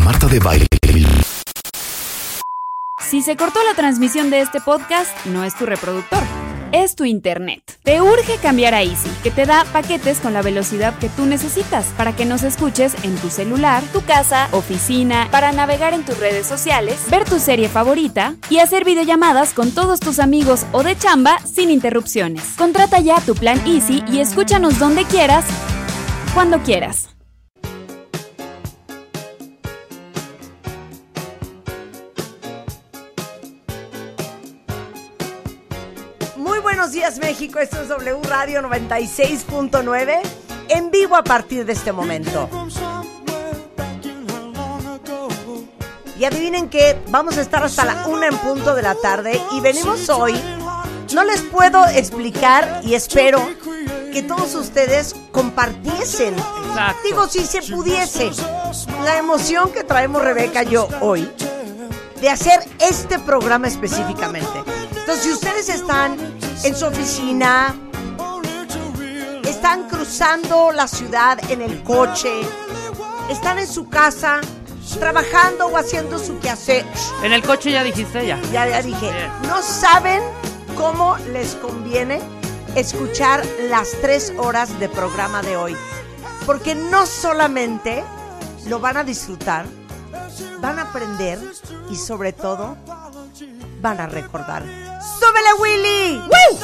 Marta de Baile. Si se cortó la transmisión de este podcast, no es tu reproductor, es tu internet. Te urge cambiar a Easy, que te da paquetes con la velocidad que tú necesitas para que nos escuches en tu celular, tu casa, oficina, para navegar en tus redes sociales, ver tu serie favorita y hacer videollamadas con todos tus amigos o de chamba sin interrupciones. Contrata ya tu plan Easy y escúchanos donde quieras, cuando quieras. Buenos días, México. Esto es W Radio 96.9 en vivo a partir de este momento. Y adivinen que vamos a estar hasta la 1 en punto de la tarde y venimos hoy. No les puedo explicar y espero que todos ustedes compartiesen. Exacto. Digo, si se pudiese, la emoción que traemos Rebeca y yo hoy de hacer este programa específicamente. Entonces, si ustedes están en su oficina, están cruzando la ciudad en el coche, están en su casa trabajando o haciendo su quehacer. En el coche ya dijiste ya. Ya dije. No saben cómo les conviene escuchar las 3 horas de programa de hoy. Porque no solamente lo van a disfrutar, van a aprender y sobre todo van a recordar. ¡Súbele, Willy! ¡Woo!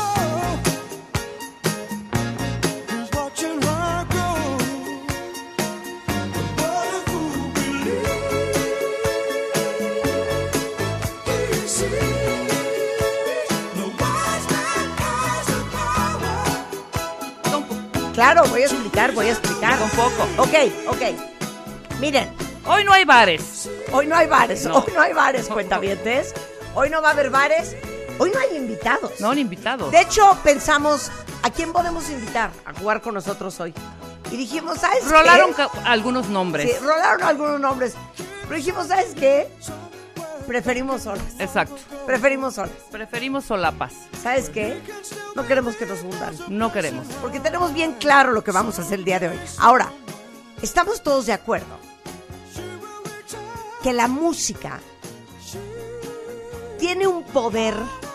Claro, voy a explicar. Un poco. Ok. Miren. Hoy no hay bares. Hoy no hay bares, No. cuentavientes. Hoy no va a haber bares. Hoy no hay invitados. No, ni invitados. De hecho, pensamos, ¿a quién podemos invitar a jugar con nosotros hoy? Y dijimos, ¿sabes qué? Rolaron algunos nombres. Sí, rolaron algunos nombres. Pero dijimos, ¿sabes qué? Preferimos solas. Exacto. Preferimos solapas. ¿Sabes qué? No queremos que nos hundan. No queremos. Porque tenemos bien claro lo que vamos a hacer el día de hoy. Ahora, estamos todos de acuerdo que la música tiene un poder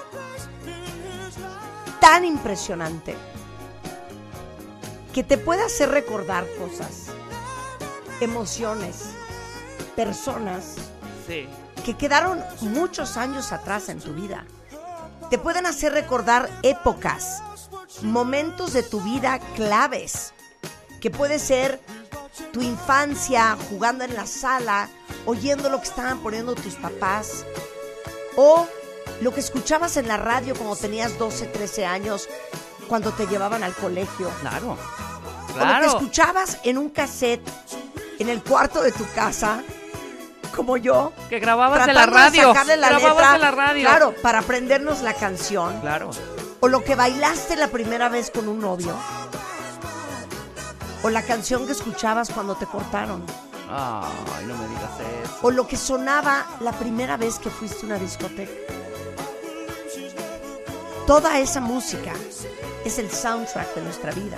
tan impresionante que te puede hacer recordar cosas, emociones, personas Sí. que quedaron muchos años atrás en tu vida. Te pueden hacer recordar épocas, momentos de tu vida claves, que puede ser tu infancia jugando en la sala, oyendo lo que estaban poniendo tus papás, o lo que escuchabas en la radio cuando tenías 12, 13 años, cuando te llevaban al colegio. Claro. O lo que escuchabas en un cassette en el cuarto de tu casa, como yo. Que grababas de la tratando de radio. sacarle la Grababas letra, de la radio. claro, para aprendernos la canción. Claro. O lo que bailaste la primera vez con un novio. O la canción que escuchabas cuando te cortaron. Ay, no me digas eso. O lo que sonaba la primera vez que fuiste a una discoteca. Toda esa música es el soundtrack de nuestra vida.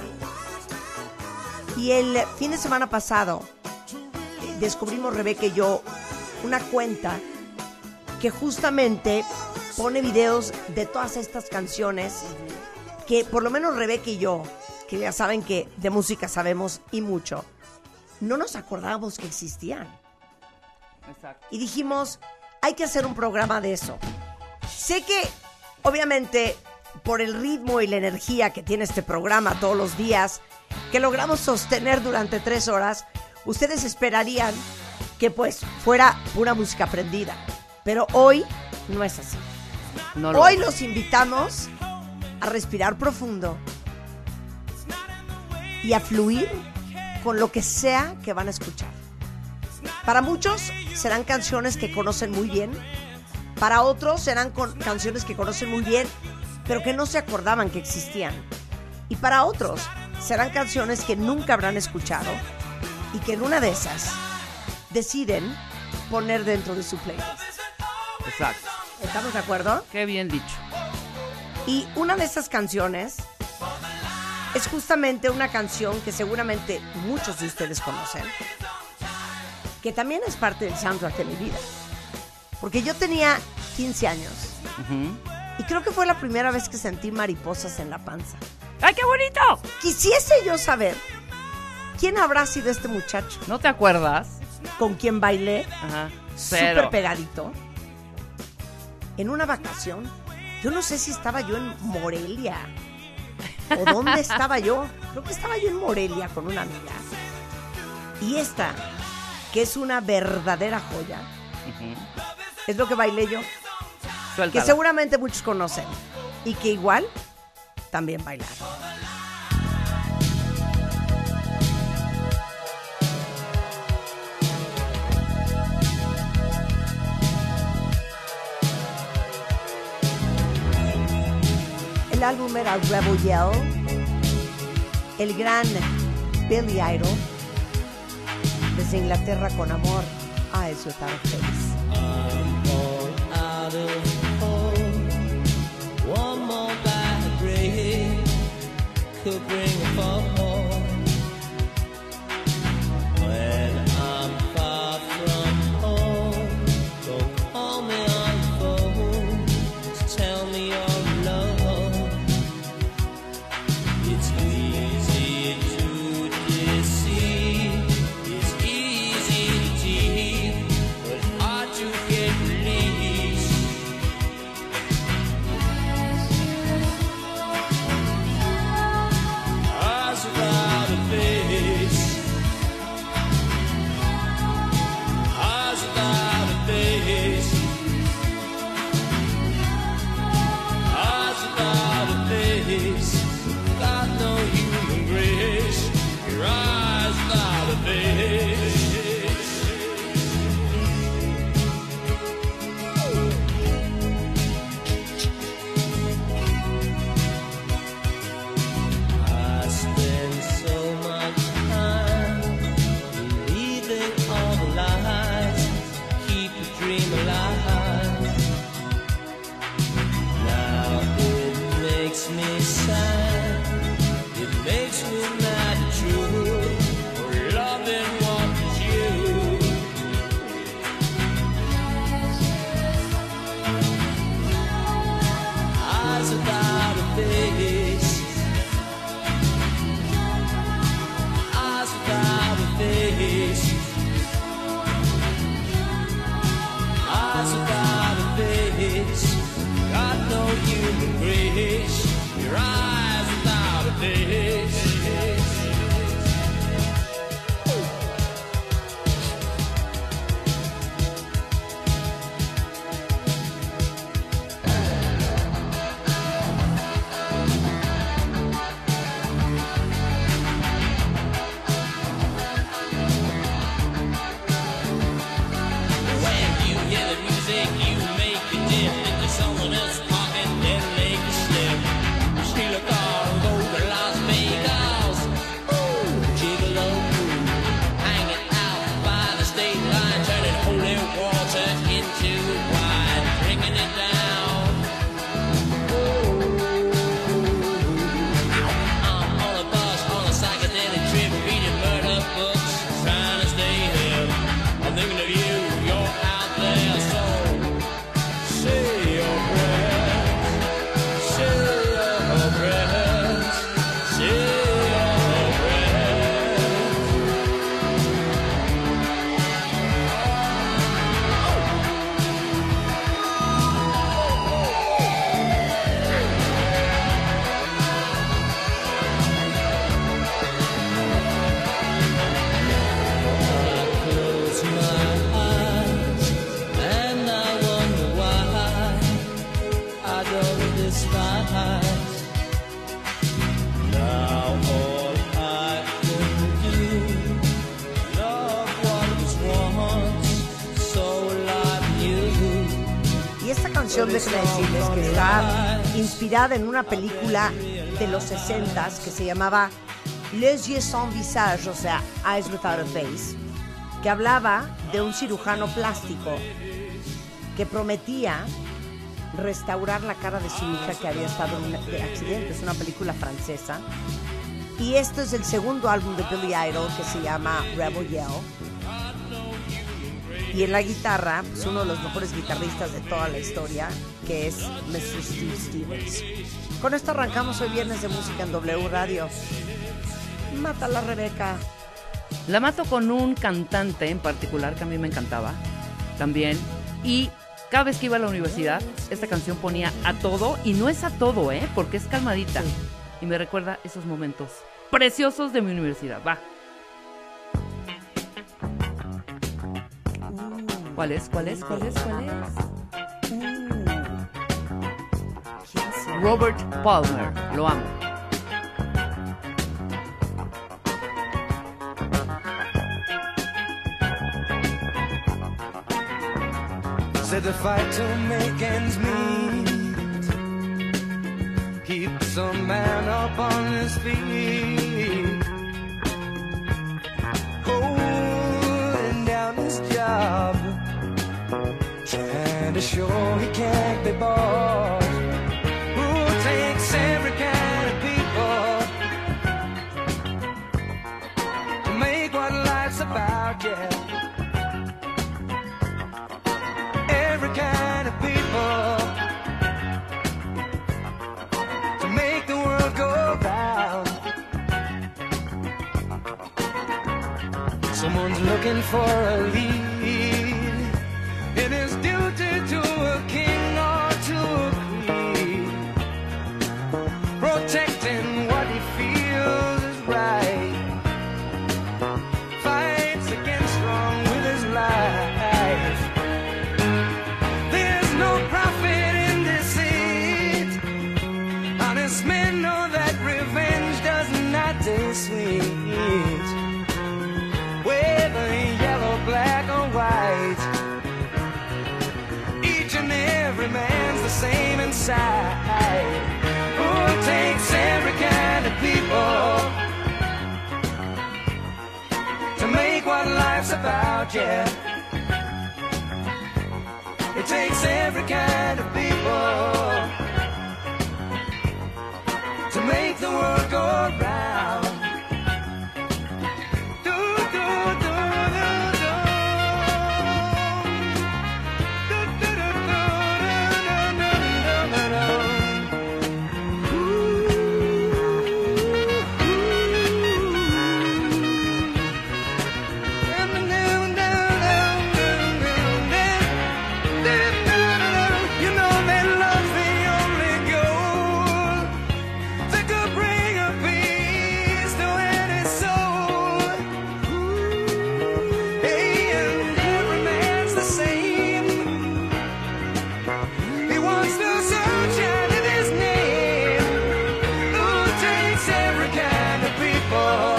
Y el fin de semana pasado descubrimos, Rebeca y yo, una cuenta que justamente pone videos de todas estas canciones que por lo menos Rebeca y yo, que ya saben que de música sabemos y mucho, no nos acordábamos que existían. Exacto. Y dijimos, hay que hacer un programa de eso. Sé que, obviamente, por el ritmo y la energía que tiene este programa todos los días, que logramos sostener durante 3 horas, ustedes esperarían que pues fuera pura música aprendida. Pero hoy no es así. No Hoy los invitamos a respirar profundo y a fluir con lo que sea que van a escuchar. Para muchos serán canciones que conocen muy bien, para otros serán canciones que conocen muy bien, pero que no se acordaban que existían. Y para otros serán canciones que nunca habrán escuchado y que en una de esas deciden poner dentro de su playlist. Exacto. ¿Estamos de acuerdo? Qué bien dicho. Y una de esas canciones es justamente una canción que seguramente muchos de ustedes conocen, que también es parte del soundtrack de mi vida. Porque yo tenía 15 años y creo que fue la primera vez que sentí mariposas en la panza. ¡Ay, qué bonito! Quisiese yo saber quién habrá sido este muchacho ¿No te acuerdas? con quien bailé Ajá. súper pegadito en una vacación. Yo no sé si estaba yo en Morelia o dónde estaba yo. Creo que estaba yo en Morelia con una amiga. Y esta, que es una verdadera joya, es lo que bailé yo. Suéltala. Que seguramente muchos conocen y que igual también bailaron. El álbum era Rebel Yell. El gran Billy Idol, desde Inglaterra con amor, Eyes Without a Face. One more bad break could bring a fall. When I'm far from home, don't call me on the phone. Just tell me your love. It's easy to deceive. It's easy to cheat, but it's hard to get released. Eyes without a face. Eyes without a face. Eyes without a face. Got no human grace. Your eyes without a face. I spend so much time believing all the lies, keep the dream alive. Now it makes me sad, it makes me mad at you, for loving what is you. Eyes without a face. Eyes without a face. Eyes without a face. Got no human grace. Your eyes without a face. When you hear the music, you make it dip into someone else's pocket, then make it slip. Steal a car and go to Las Vegas. Ooh, gigolo, hanging out by the state line, turning holy water into wine, drinking it down. Ooh, I'm on a bus on a psychedelic trip, reading murder books, trying to stay hip. I'm thinking of you, you're out there, so say your prayers, say your prayers, say your prayers. Close my eyes and I wonder why I don't despise. Now all I can do, love what was once so like you. Y esta canción, déjenme decirles que está inspirada en una película de los 60s que se llamaba Les Yeux Sans Visage, o sea, Eyes Without a Face, que hablaba de un cirujano plástico que prometía restaurar la cara de su hija que había estado en un accidente. Es una película francesa. Y esto es el segundo álbum de Billy Idol, que se llama Rebel Yell. Y en la guitarra, pues uno de los mejores guitarristas de toda la historia, que es Mr. Steve Stevens. Con esto arrancamos hoy viernes de música en W Radio. Mátala, Rebeca. La mato con un cantante en particular que a mí me encantaba también. Y cada vez que iba a la universidad, esta canción ponía a todo. Y no es a todo, porque es calmadita. Sí. Y me recuerda esos momentos preciosos de mi universidad. Va. ¿Cuál es? Robert Palmer. Lo amo. Said the fight to make ends meet keeps a man up on his feet, holding down his job, trying to show he can't be bought. Who takes every kind of people to make what life's about, yeah. Every kind of people to make the world go round. Someone's looking for a lead in his duty to a king or to a queen, protecting what he feels is right, fights against wrong with his life. Men know that revenge does not taste sweet, whether yellow, black or white. Each and every man's the same inside. Who takes every kind of people to make what life's about, yeah. It takes every kind of people to make the world go round. Do, do, do, do, do. Do, do, do, do, do, do, do, do. You know that love's the only goal that could bring a peace to any soul. Hey, and every man's the same. He wants the sunshine in his name. Who takes every kind of people?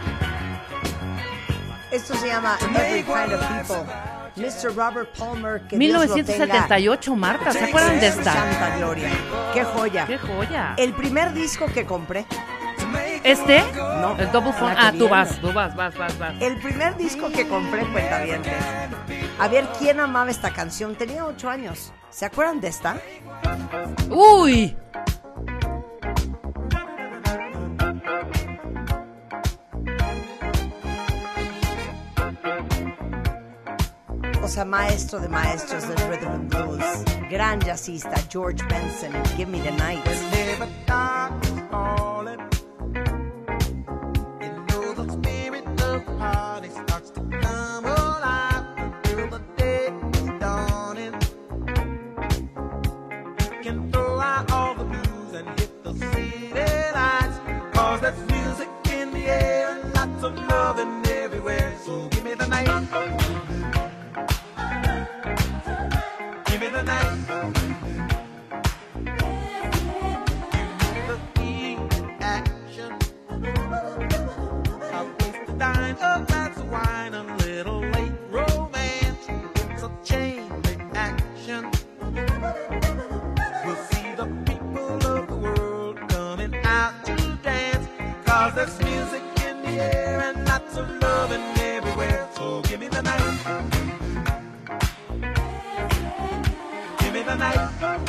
Esto se llama Every Kind of People. Mr. Robert Palmer, que Dios lo tenga 1978, Marta. ¿Se acuerdan de en su esta? santa gloria. ¡Qué joya! ¡Qué joya! El primer disco que compré, ¿Este? No. El Double Funk. La Ah, que tú viene. vas. el primer disco que compré, cuentavientes. A ver, ¿quién amaba esta canción? Tenía 8 años. ¿Se acuerdan de esta? ¡Uy! O sea, maestro de maestros del rhythm and blues. Gran jazzista, George Benson. Give Me the Night. Never darkness falling. You know the spirit of the party starts to come alive until the day is dawning. You can throw out all the blues and hit the city lights, 'cause there's music in the air and lots of loving everywhere. So give me the night. Give me the night. There's music in the air and lots of loving everywhere. So give me the night. Give me the night.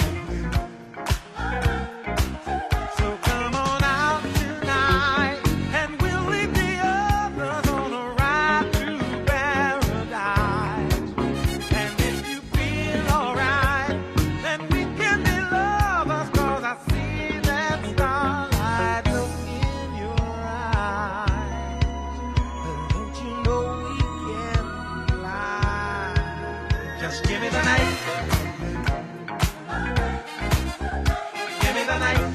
So come on out tonight and we'll leave the others on a ride to paradise. Just give me the night. Give me the night.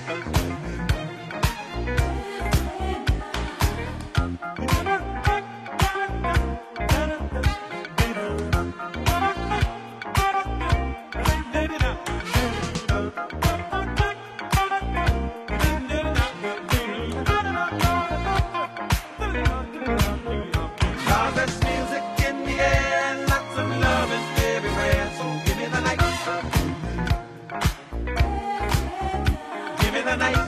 Cause there's music in the air and lots of loving everywhere. So give me the night. Give me the night.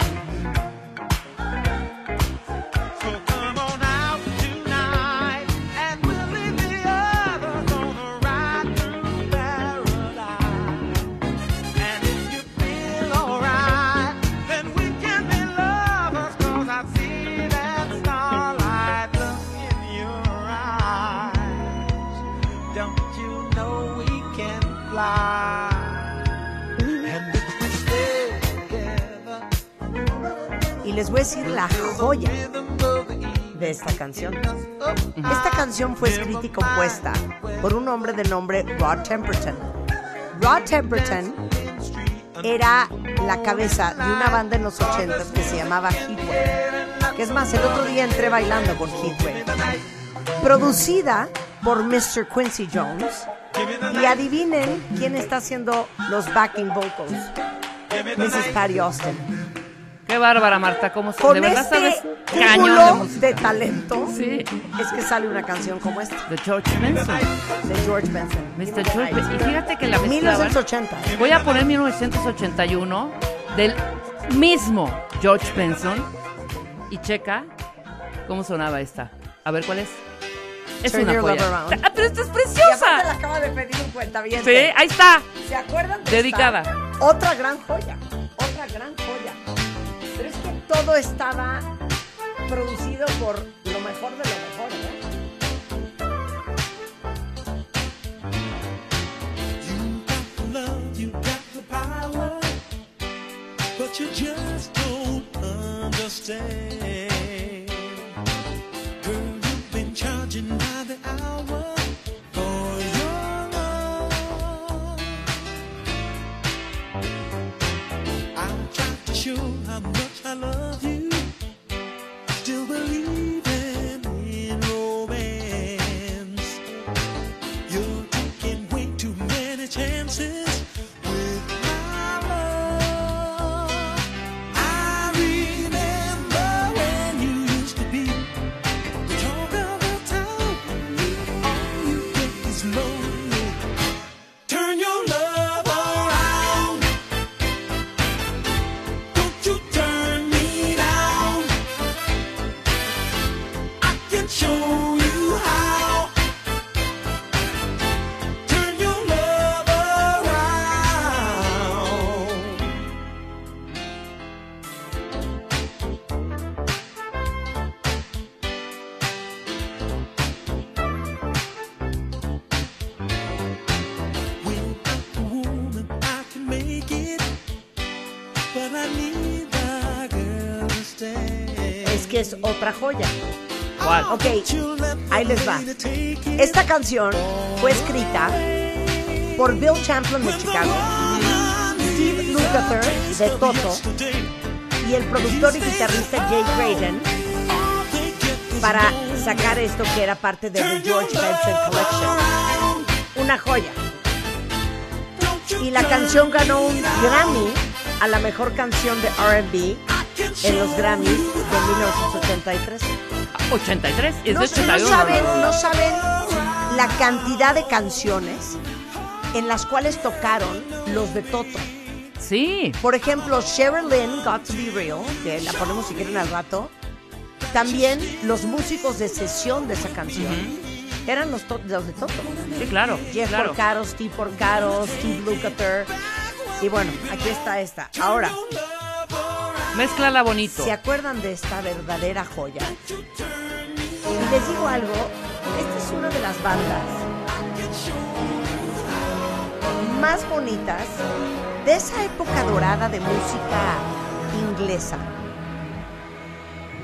So come on out tonight and we'll leave the others on a ride through paradise. And if you feel alright, then we can be lovers. Cause I see that starlight look in your eyes. Don't you know we can fly? And if we stay together, Y les voy a decir la joya de esta canción. Esta canción fue escrita y compuesta por un hombre de nombre Rod Temperton. Rod Temperton era la cabeza de una banda en los 80s que se llamaba Heatwave. Que es más, el otro día entré bailando con Heatwave. Producida por Mr. Quincy Jones. Y adivinen quién está haciendo los backing vocals. Mrs. Patty Austin. Qué bárbara, Marta, ¿cómo se Con de verdad este sabes cañón de cúmulo música? de talento Sí, es que sale una canción como esta de George Benson. de George Benson. Mr. George Benson. Y fíjate que la mezclaban. 1980. Voy a poner 1981 del mismo George Benson y checa cómo sonaba esta. A ver cuál es. Es Turn una Your joya. Love Around. Ah, pero esta es Y aparte preciosa. la acaba de pedir un cuentaviente. Sí, ahí está. ¿Se acuerdan de Dedicada. esta? Otra gran joya. Otra gran joya. Pero es que todo estaba producido por lo mejor de lo mejor, ¿eh? love, you got the power, but you just don't understand. Girl, you've been charging by the hour for your love. I'm trying to show how much I love you, still believing in romance. You're taking way too many chances with my love. I remember when you used to be the talk of the town. All you get is lonely. Turn your love around. Don't you turn me down. I can show you how. Turn your love around. Without a woman, I can make it, but I need a girl to stay. Es que es otra joya. ¿Cuál? Ok, ahí les va. Esta canción fue escrita por Bill Champlin de Chicago, Steve Lukather de Toto y el productor y guitarrista Jay Graydon para sacar esto que era parte de The George Benson Collection. Una joya. Y la canción ganó un Grammy a la mejor canción de R&B en los Grammys de 1983. 83, es No, de no 81. saben la cantidad de canciones en las cuales tocaron los de Toto. Sí, Por ejemplo, Sheryl Lynn, Got to Be Real, que la ponemos si quieren al rato. También los músicos de sesión de esa canción eran los de Toto. sí, claro. Jeff claro. Porcaro, Steve Porcaro, Steve Lukather. Y bueno, aquí está esta. Ahora, Mézclala bonito. ¿se acuerdan de esta verdadera joya? Y les digo algo, esta es una de las bandas más bonitas de esa época dorada de música inglesa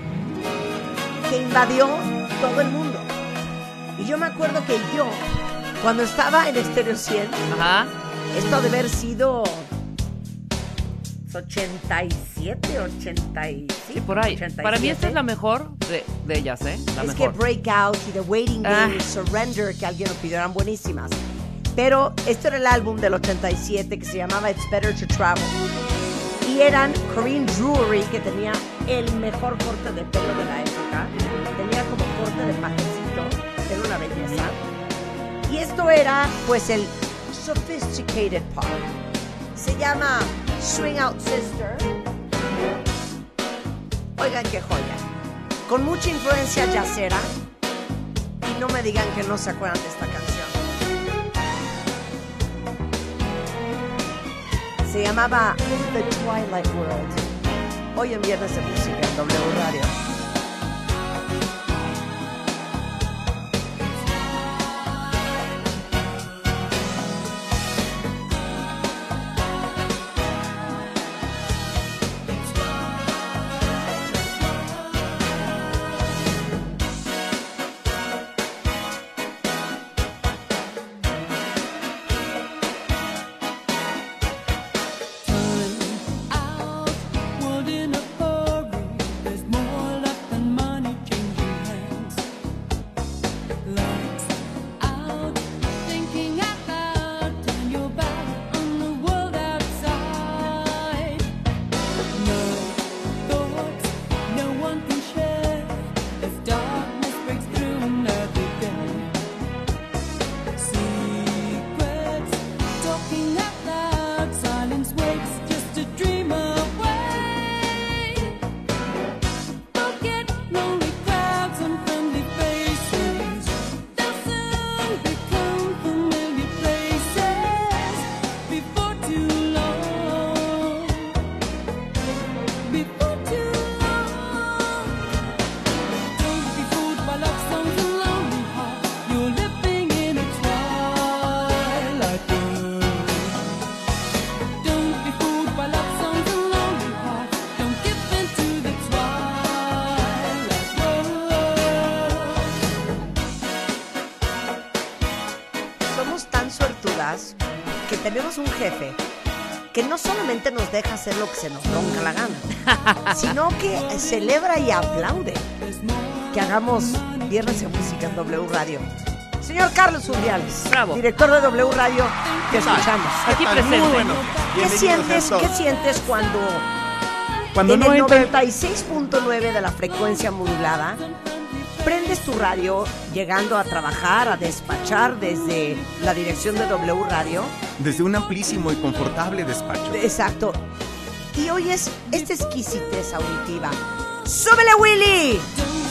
que invadió todo el mundo. Y yo me acuerdo que yo Cuando estaba en Estéreo 100, Ajá. esto ha de haber sido 87, 85. Sí, por ahí. 87. Para mí esta es la mejor de ellas, ¿eh? La Es mejor. que Breakout y The Waiting Game y Surrender, que alguien lo pidió, eran buenísimas. Pero este era el álbum del 87 que se llamaba It's Better to Travel. Y eran Corinne Drury, que tenía el mejor corte de pelo de la época. Tenía como corte de pajecito. Era una belleza. Y esto era, pues, el Sophisticated Pop. Se llama Swing Out Sister. Oigan qué joya. Con mucha influencia jazzera. Y no me digan que no se acuerdan de esta canción. Se llamaba The Twilight World. Hoy en Viernes de Música en W Radio. Que tenemos un jefe que no solamente nos deja hacer lo que se nos ronca la gana, sino que celebra y aplaude que hagamos Viernes de Música en W Radio. Señor Carlos Urdiales, Bravo. director de W Radio, te escuchamos. Aquí Muy presente. bueno. ¿Qué sientes cuando en no el entra 96.9 de la frecuencia modulada prendes tu radio llegando a trabajar, a despachar desde la dirección de W Radio? desde un amplísimo y confortable despacho? Exacto. Y oyes esta exquisitez auditiva. ¡Súbele, Willy!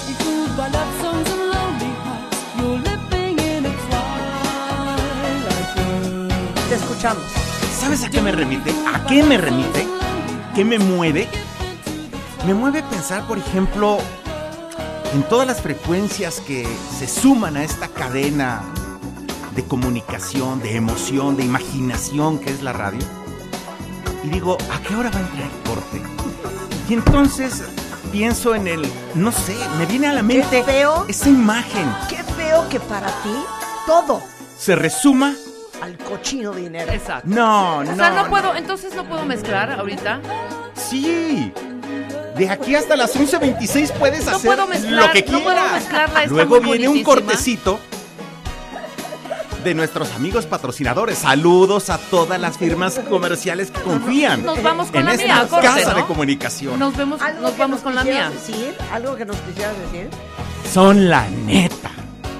Te escuchamos. ¿Sabes a qué me remite? ¿A qué me remite? ¿Qué me mueve? Me mueve pensar, por ejemplo, en todas las frecuencias que se suman a esta cadena de comunicación, de emoción, de imaginación que es la radio. Y digo, ¿a qué hora va a entrar el corte? Y entonces pienso en el, no sé, me viene a la mente Qué feo. esa imagen. Qué feo que para ti todo Se resuma. al cochino dinero. Exacto. No, O no. sea, no puedo, entonces no puedo mezclar ahorita. Sí. De aquí hasta las 11:26 puedes No hacer puedo mezclar, lo que no quieras. puedo mezclarla, está Luego muy viene un bonitísima. cortecito de nuestros amigos patrocinadores. Saludos a todas las firmas comerciales que confían Nos vamos con en la esta mía, corte, casa ¿no? de comunicación. Nos ¿Algo vamos que con la mía. quisieras decir? ¿Algo que nos quisieras decir? Son la neta.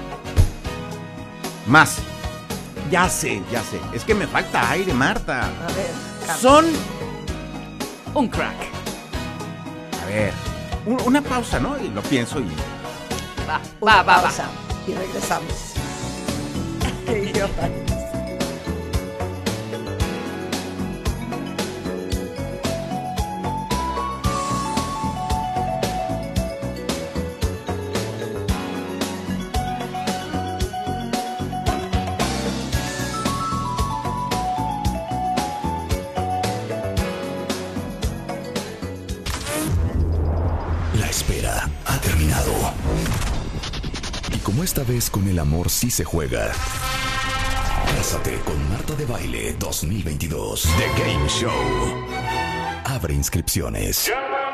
Más. Ya sé. Es que me falta aire, Marta. A ver, Carlos. Son... Un crack. A ver, una pausa, ¿no? Y lo pienso y... Va. Una pausa y regresamos. Qué idiota. La espera ha terminado. Y como esta vez con el amor sí se juega, Cásate con Marta de Baile 2022. The Game Show. Abre inscripciones.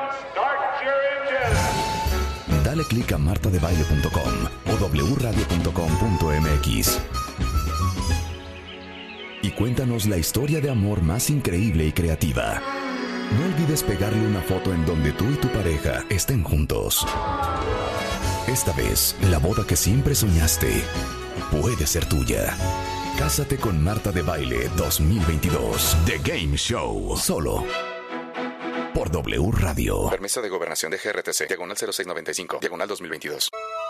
Dale clic a martadebaile.com o wradio.com.mx y cuéntanos la historia de amor más increíble y creativa. No olvides pegarle una foto en donde tú y tu pareja estén juntos. Esta vez, la boda que siempre soñaste puede ser tuya. Cásate con Marta de Baile 2022. The Game Show. Solo por W Radio. Permiso de gobernación de GRTC, diagonal 0695, diagonal 2022.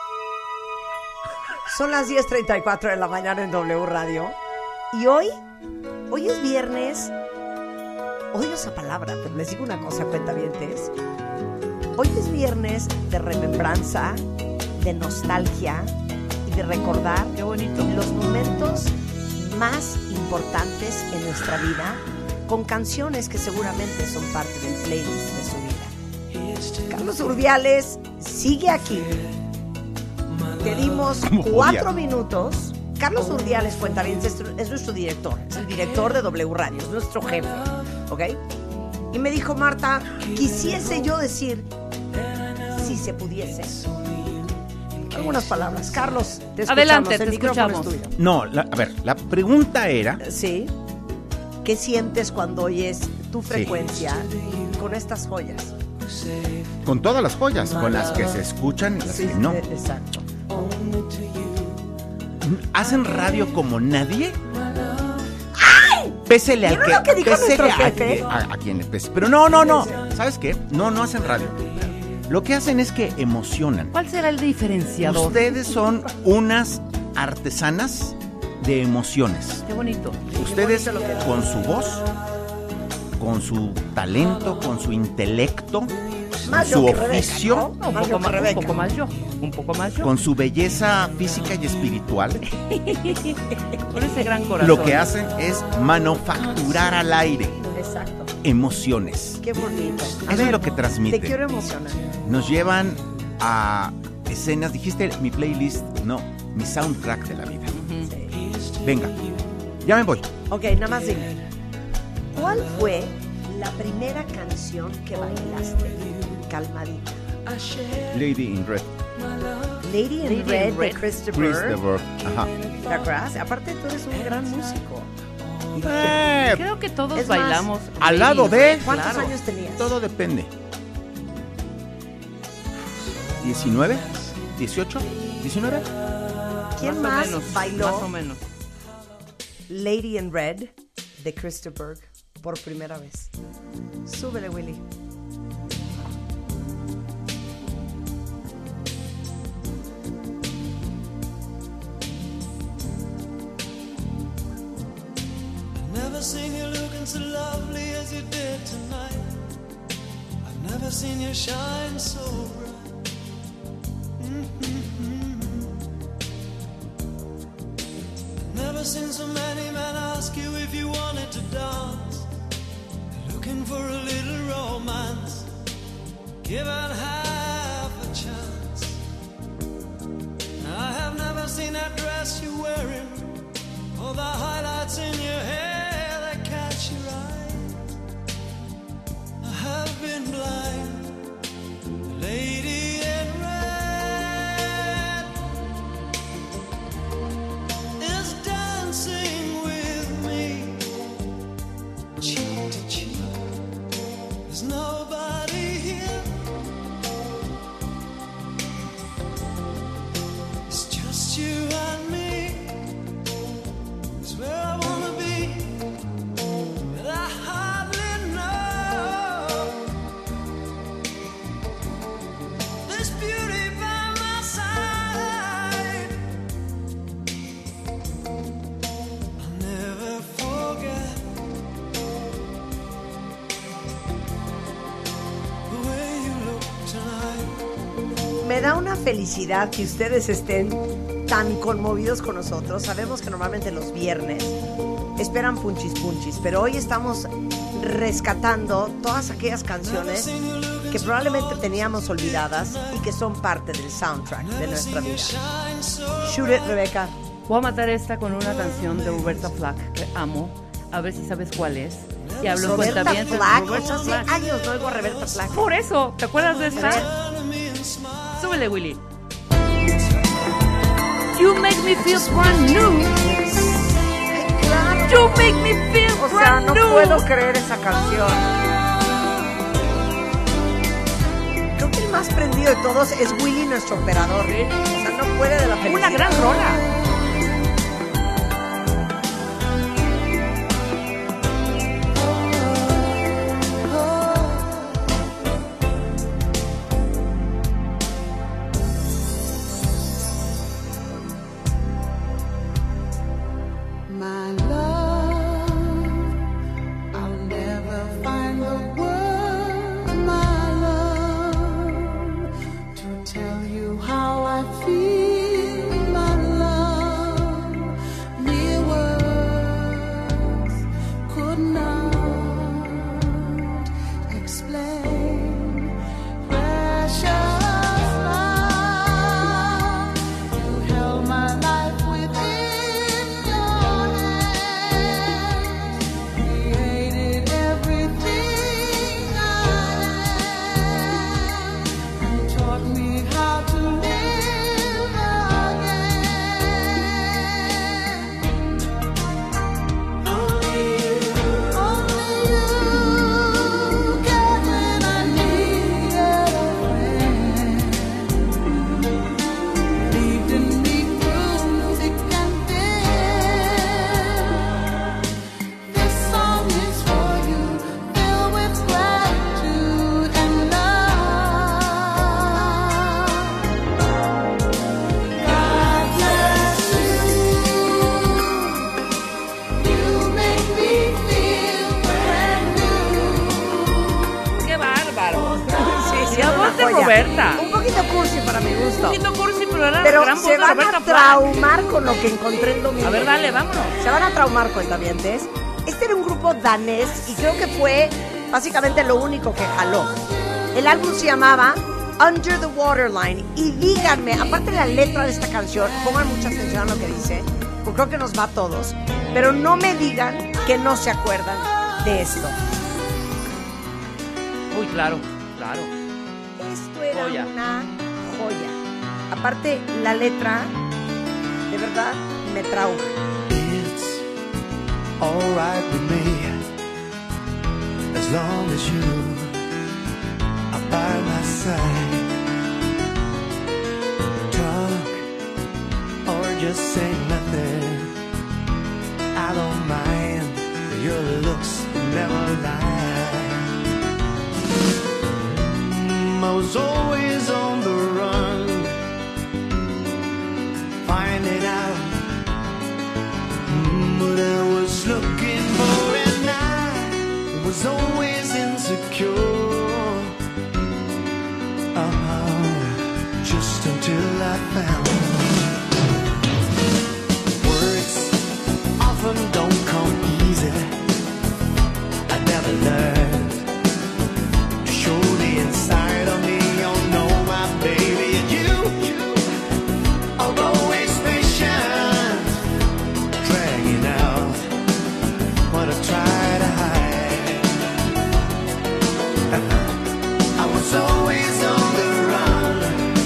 Son las 10:34 de la mañana en W Radio. Y hoy es viernes. Odio esa palabra, pero les digo una cosa, cuentavientes. Hoy es viernes de remembranza, de nostalgia y de recordar Qué bonito. los momentos más importantes en nuestra vida con canciones que seguramente son parte del playlist de su vida. Carlos Urdiales sigue aquí. Te dimos ¿Cómo 4 odia? minutos. Carlos Urdiales Fuentavientes es nuestro director, es el director de W Radio, es nuestro jefe, ¿ok? Y me dijo, Marta, quisiese yo decir, si se pudiese. Algunas palabras. Carlos, te escuchamos. Adelante, el te micrófono escuchamos. es tuyo. No, a ver, la pregunta era... Sí. ¿Qué sientes cuando oyes tu frecuencia con estas joyas? Con todas las joyas, con las que se escuchan y las que no. Exacto. ¿Hacen radio como nadie? Pésele al ¿Vieron que... lo que dijo pésele nuestro a jefe? quien le pese. Pero no. ¿Sabes qué? No hacen radio. Lo que hacen es que emocionan. ¿Cuál será el diferenciador? Ustedes son unas artesanas de emociones. Qué bonito. Ustedes con su voz, con su talento, con su intelecto, Más su yo que Rebeca, oficio, ¿no? Un Más yo poco, que más, Rebeca. un poco más yo. Un poco más yo. con su belleza física y espiritual, Con ese gran corazón. lo que hacen es manufacturar al aire Exacto. emociones. Qué bonito. Eso es lo que transmite. Te quiero emocionar. Nos llevan a escenas, dijiste mi playlist, no, mi soundtrack de la vida. Venga, ya me voy. Ok, nada más dime. ¿Cuál fue la primera canción que bailaste calmadita? Lady in Red. Lady in Lady in Red de Red. Christopher. Christopher. Ajá. ¿Te acuerdas? Aparte tú eres un gran músico. Creo que todos Es más, bailamos. al lado Lady de- in Red, ¿Cuántos claro. años tenías? Todo depende. 19, 18, 19. ¿Quién Más o más menos, bailó Más o menos. Lady in Red de Christopher por primera vez? Súbele, Willy. Never seen you looking so lovely as you did tonight. I've never seen you shine so bright. I've never seen so many men ask you if you wanted to dance. Looking for a little romance. Give it half a chance. I have never seen that dress you're wearing. All the highlights in your hair that catch your eye. I have been blind, lady in red is dancing with me, cheek to cheek. There's nobody here. It's just you and me. It's where I wanna be, but I hardly know. This beauty by my side, I'll never forget the way you look tonight. Me da una felicidad que ustedes estén tan conmovidos con nosotros. Sabemos que normalmente los viernes esperan punchis, pero hoy estamos rescatando todas aquellas canciones que probablemente teníamos olvidadas y que son parte del soundtrack de nuestra vida. Shoot it, Rebeca. Voy a matar esta con una canción de Roberta Flack que amo. A ver si sabes cuál es. Y hablo en Roberta cuentavientes. Flack, o Roberta sea, hace Flack. años no oigo a Roberta Flack. Por eso, ¿te acuerdas de esta? A ver. Súbele, Willy. You make me feel brand new. Claro. You make me feel O sea, brand no new. puedo creer esa canción. Creo que el más prendido de todos es Willy, nuestro operador. O sea, no puede de la felicidad. Una gran rola. My love, I'll never find the words, my love, to tell you how I feel, my love. Mere words could not explain. Precious love, you held my life within your hands, created everything I am, and taught me how to live again. Only you cared when I needed a friend. Believed in me through thick and thin. This song is for you, filled with gratitude and love. God bless you. You make me feel brand new. ¡Qué bárbaro! Sí, sí, La una voz de joya. Roberta. Un poquito cursi para mi gusto. Un poquito cursi, pero era Pero la gran voz se de van Roberta a Flack. traumar con lo que encontré el domingo. A ver, dale, vámonos. Se van a traumar, cuentavientes. Este era un grupo danés y creo que fue básicamente lo único que jaló. El álbum se llamaba Under the Waterline. Y díganme, aparte de la letra de esta canción, pongan mucha atención a lo que dice, porque creo que nos va a todos. Pero no me digan que no se acuerdan de esto. Uy, claro, claro. Esto era Joya. una joya. Aparte, la letra, de verdad, me trauma. It's alright with me as long as you are by my side. Talk or just say nothing. I don't mind. Your looks never lie. I was always on the run, finding out what I was looking for, and I was always insecure. Just until I found words often don't come easy. I never learned to show the inside of me. Oh no, my baby, and you are always patient, dragging out what I try to hide. I was always on the run,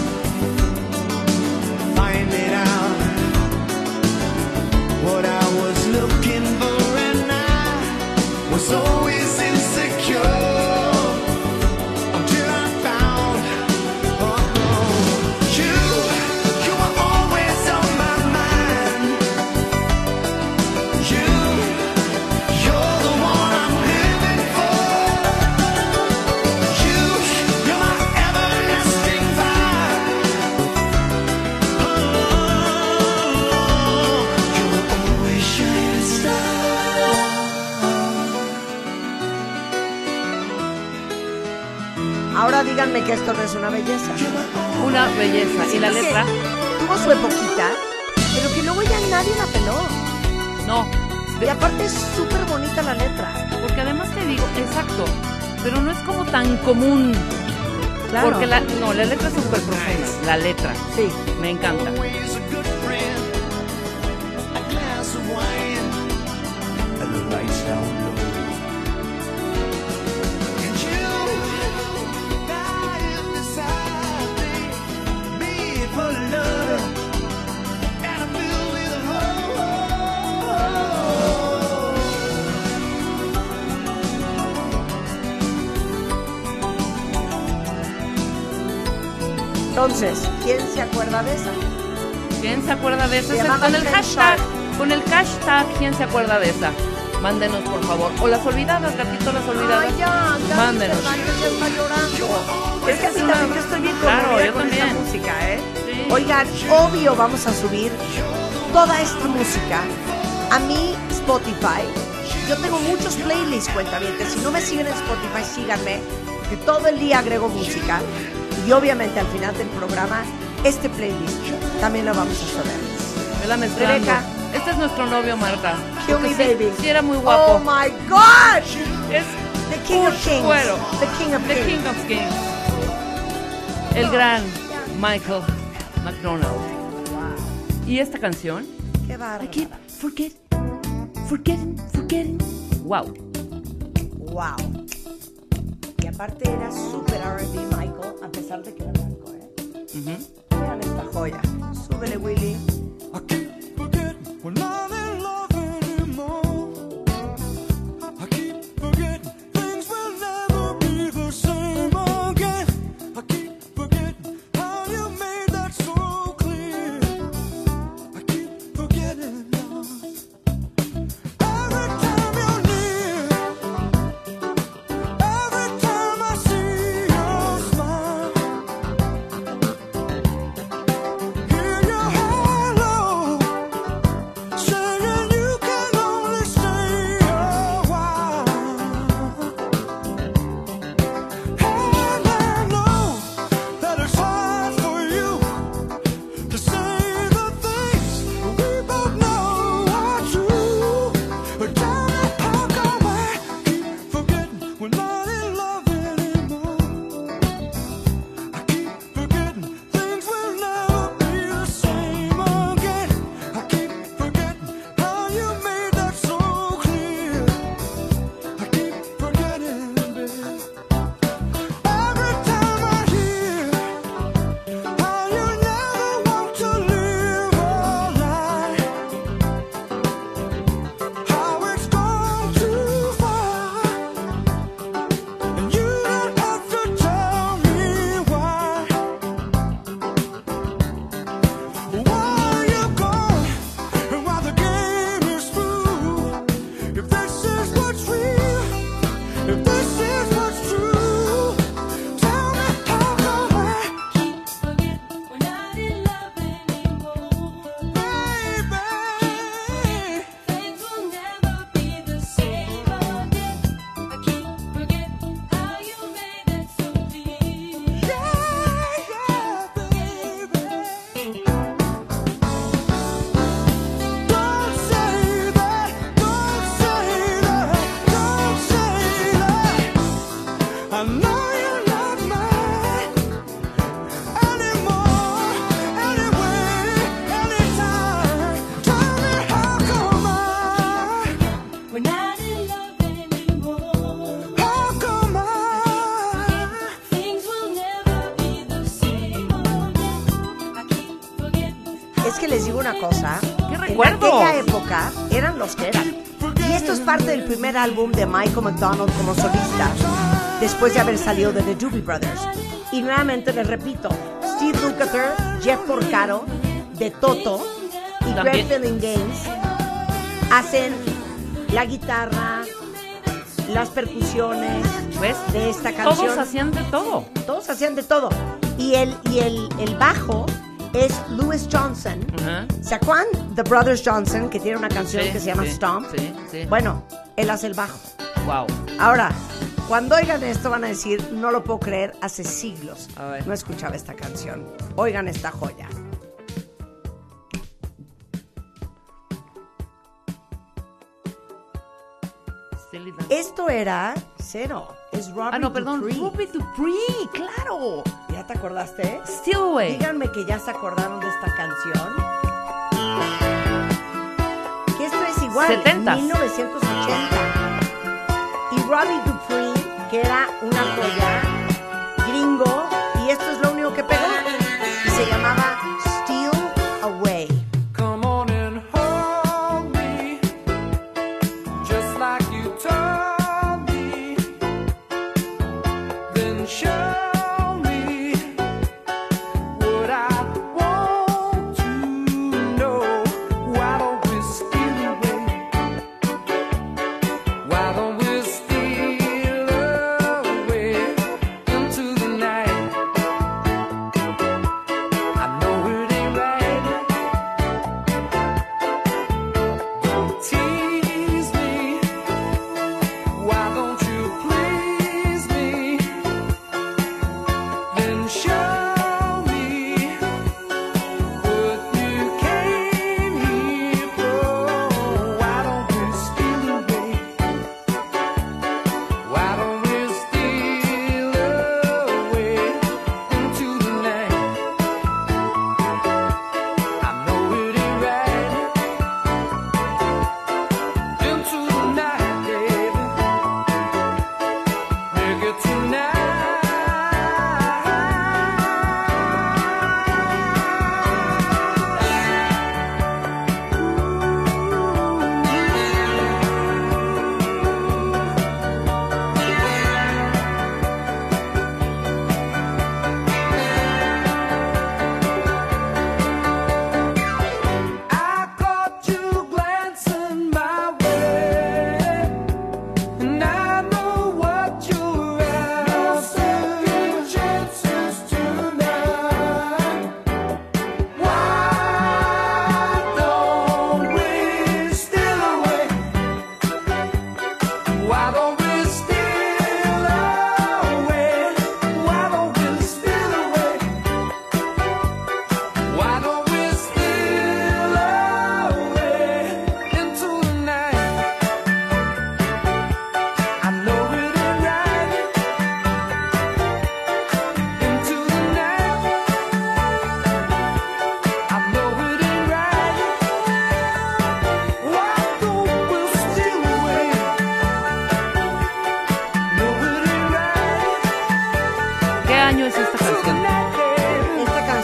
finding out what I was looking for, and I was always insecure. Until I found, you were always on my mind. You're the one I'm living for. You're my everlasting fire. You were always shining star. Ahora díganme que esto no es una belleza. Una belleza. ¿Y la Siento que letra? tuvo su epoquita, pero que luego ya nadie la peló. No. Y aparte es súper bonita la letra. Porque además te digo, exacto, pero no es como tan común. Claro. Porque la letra es súper profunda. La letra. Sí. Me encanta. Always a good friend. Entonces, ¿quién se acuerda de esa? ¿Quién se acuerda de esa? Se Ese- llamaba Con el Trend hashtag, Shark. con el hashtag, ¿quién se acuerda de esa? Mándenos, por favor. O las olvidadas, gatito, las olvidadas. Ay, ya, Mándenos. ya está llorando. Es que a mí Es una- también yo estoy bien Claro, conmovida yo con esta también. música, ¿eh? Sí. Oigan, obvio vamos a subir toda esta música a mi Spotify. Yo tengo muchos playlists, cuentavientes. Si no me siguen en Spotify, síganme, porque todo el día agrego música. Y obviamente al final del programa, este playlist también lo vamos a subir. Me la mezclando. Rebeca. Este es nuestro novio, Marta. Kill Porque me, sí, baby. sí era muy guapo. Oh my God! Es The King of Kings. Cuero. The King of The Kings. King of Kings. El gran Michael McDonald. Y esta canción, Qué bárbaro. I keep forgetting. Wow. Wow. Y aparte era súper R&B Michael, a pesar de que era blanco, ¿eh? Ujú. Vean esta joya. Súbele, Willy. I keep forgetting we're not in love anymore. I keep forgetting things will never be the same again. I keep forgetting how you made that so clear. I keep forgetting every time you're near. Every time I see your smile. Hear your hello, saying you can only stay a while. And I know that it's hard for you to say the things we both know are true. But tell me how come I keep forgetting we're not in love anymore. I keep forgetting things will never be the same again. I keep forgetting how you made that so clear. I keep forgetting, babe. Every time I hear how you never want to live a lie, how it's gone too far, and you don't have to tell me why. Why you gone, and why the game is through? If this is what's real, if this is what's true, tell me how come I We're not in love anymore. baby. Things will never be the same again. I keep forgetting how you made it so clear. Yeah, baby. Don't say that, don't say that, don't say that. I know you're not mine anymore, anyway, anytime. Tell me how come We're not in love anymore. how come Things will never be the same again. I keep forgetting. Es que les digo una cosa. ¡Qué En recuerdos! aquella época eran los que eran. Y esto es parte del primer álbum de Michael McDonald como solista, después de haber salido de The Doobie Brothers. Y nuevamente les repito, Steve Lukather, Jeff Porcaro, de Toto y Greg También. Fillinganes hacen la guitarra, las percusiones ¿Ves? de esta canción. Todos hacían de todo. Todos hacían de todo. Y el bajo es Louis Johnson. Ajá. ¿Se acuerdan? The Brothers Johnson, que tiene una canción Sí, que se llama sí, Stomp. sí, sí. Bueno, él hace el bajo. Wow. Ahora, cuando oigan esto van a decir, no lo puedo creer, hace siglos A ver. no escuchaba esta canción. Oigan esta joya. Silly Dance. Esto era cero. Es Robbie Ah, no, perdón. Dupree. Robbie Dupree, claro. ¿Ya te acordaste? Still Away. Díganme que ya se acordaron de esta canción. Que esto es igual, 70s. 1980. Y Robbie Dupree, que era una joya, gringo, y esto es lo único que pegó. Y se llamaba Steal Away. Come on and hold me, just like you told me. Then show me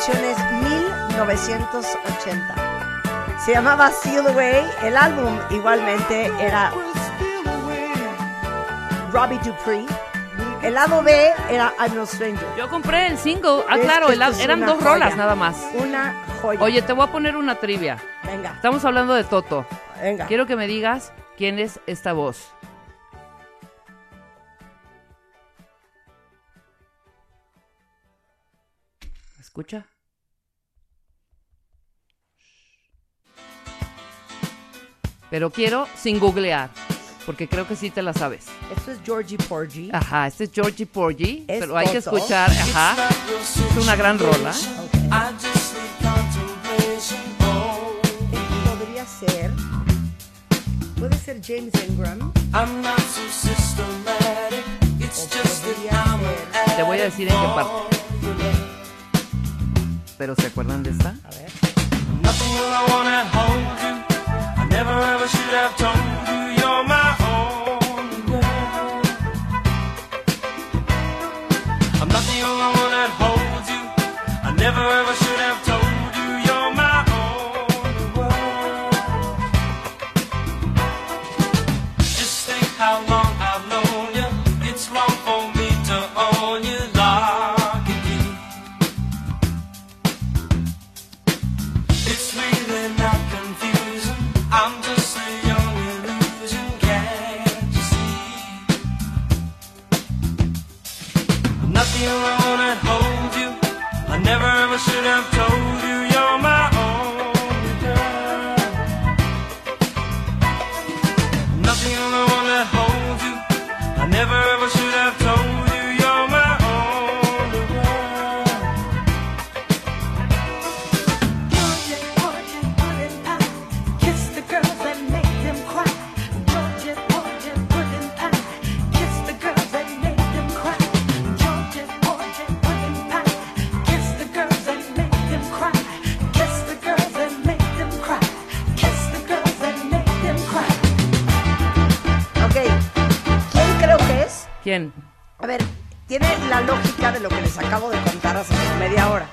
canción es 1980. Se llamaba Steal Away. El álbum igualmente era Robbie Dupree. El lado B era I'm No Stranger. Yo compré el single. Ah, Es claro, que esto es eran una 2 rolas joya. nada más. Una joya. Oye, te voy a poner una trivia. Venga, Estamos hablando de Toto. venga. Quiero que me digas quién es esta voz. ¿Escucha? Pero quiero sin googlear, porque creo que sí te la sabes. Esto es Georgie Porgy. Ajá, este es Georgie Porgy, Es pero hay que Toto. escuchar, ajá. Es una gran rola. Podría ser. Puede ser James Ingram. O podría ser. Te voy a decir en qué parte. ¿Pero se acuerdan de esta? A ver. Nothing I wanna hold you. I never ever should have told you you're my only girl. I'm nothing I wanna hold you. I never ever should have told you you're my only world. Just think how long I've known you. It's wrong for me to own you like a key. It's really not confusing. I'm just a young illusion, can't you see? Nothing wrong at hold you. I never ever should have told you you're my only girl. Nothing wrong at hold you. I never ever should have told you you're my only girl. Kiss the girls and make them cry. Georgia, Georgia, pudding pie. Kiss the girls and make them cry. Georgia, Georgia, pudding pie. Kiss the girls and make them cry. Kiss the girls and make them cry. Kiss the girls and make them cry. Ok. ¿Quién creo que es? ¿Quién? A ver, tiene la lógica de lo que les acabo de contar hace media hora.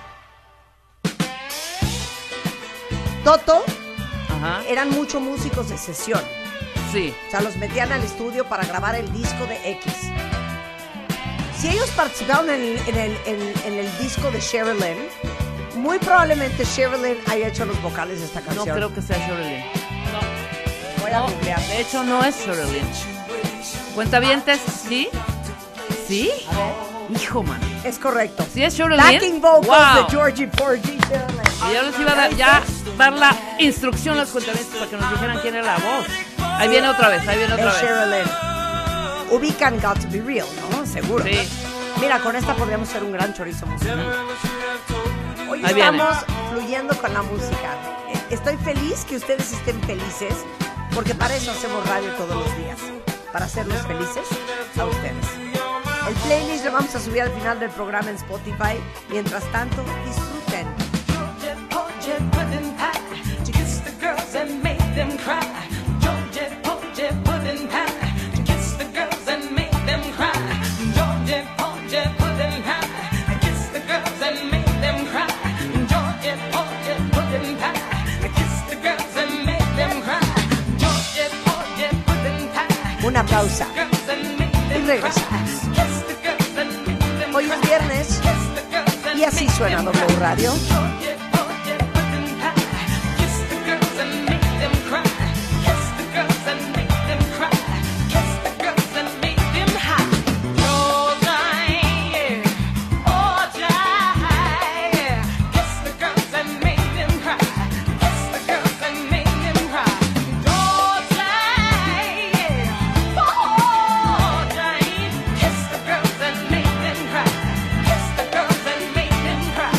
Toto Ajá, eran muchos músicos de sesión. sí. O sea, los metían al estudio para grabar el disco de X. Si ellos participaron en el disco de Sherilyn, muy probablemente Sherilyn haya hecho los vocales de esta No canción. creo que sea Sherilyn. Voy a No, googlear. de hecho no es Sherilyn. Cuentavientes, ¿sí? ¿Sí? A ver. Hijo, man. Es correcto. ¿Sí es Sherilyn? Backing vocals Wow. de Georgie Porgy. Sherilyn. Y yo les iba a dar la instrucción a los cuentavientes para que nos dijeran quién era la voz. Ahí viene otra vez, ahí viene otra Es vez. Sherilyn. Ubican Got to Be Real, ¿no? Seguro. Sí. Mira, con esta podríamos ser un gran chorizo musical. Hoy Ahí viene. estamos fluyendo con la música. Estoy feliz que ustedes estén felices, porque para eso hacemos radio todos los días. Para hacerlos felices a ustedes. El playlist lo vamos a subir al final del programa en Spotify. Mientras tanto, disfruten. Georgia, Georgia, pudding pie. Kiss the girls and make them cry. Georgia, Georgia, pudding pie. Kiss the girls and make them cry. Georgia, Georgia, pudding pie. Kiss the girls and make them cry. Georgia, Georgia, pudding pie. Kiss the girls and make them cry. Georgia, Georgia, pudding pie. Una pausa. Girls and make them Y regresamos. cry. Kiss the girls and make them Hoy es viernes Kiss the girls and y así make suena them W cry. Radio. Georgia, Georgia, pudding pie. Kiss the girls and make them cry. Kiss the girls and make them cry. Kiss the girls and make them high. Georgia, yeah. Oh, yeah. Kiss the girls and make them cry. Kiss the girls and make them cry. Georgia, yeah. Oh, yeah. Kiss the girls and make them cry. Kiss the girls and make them cry.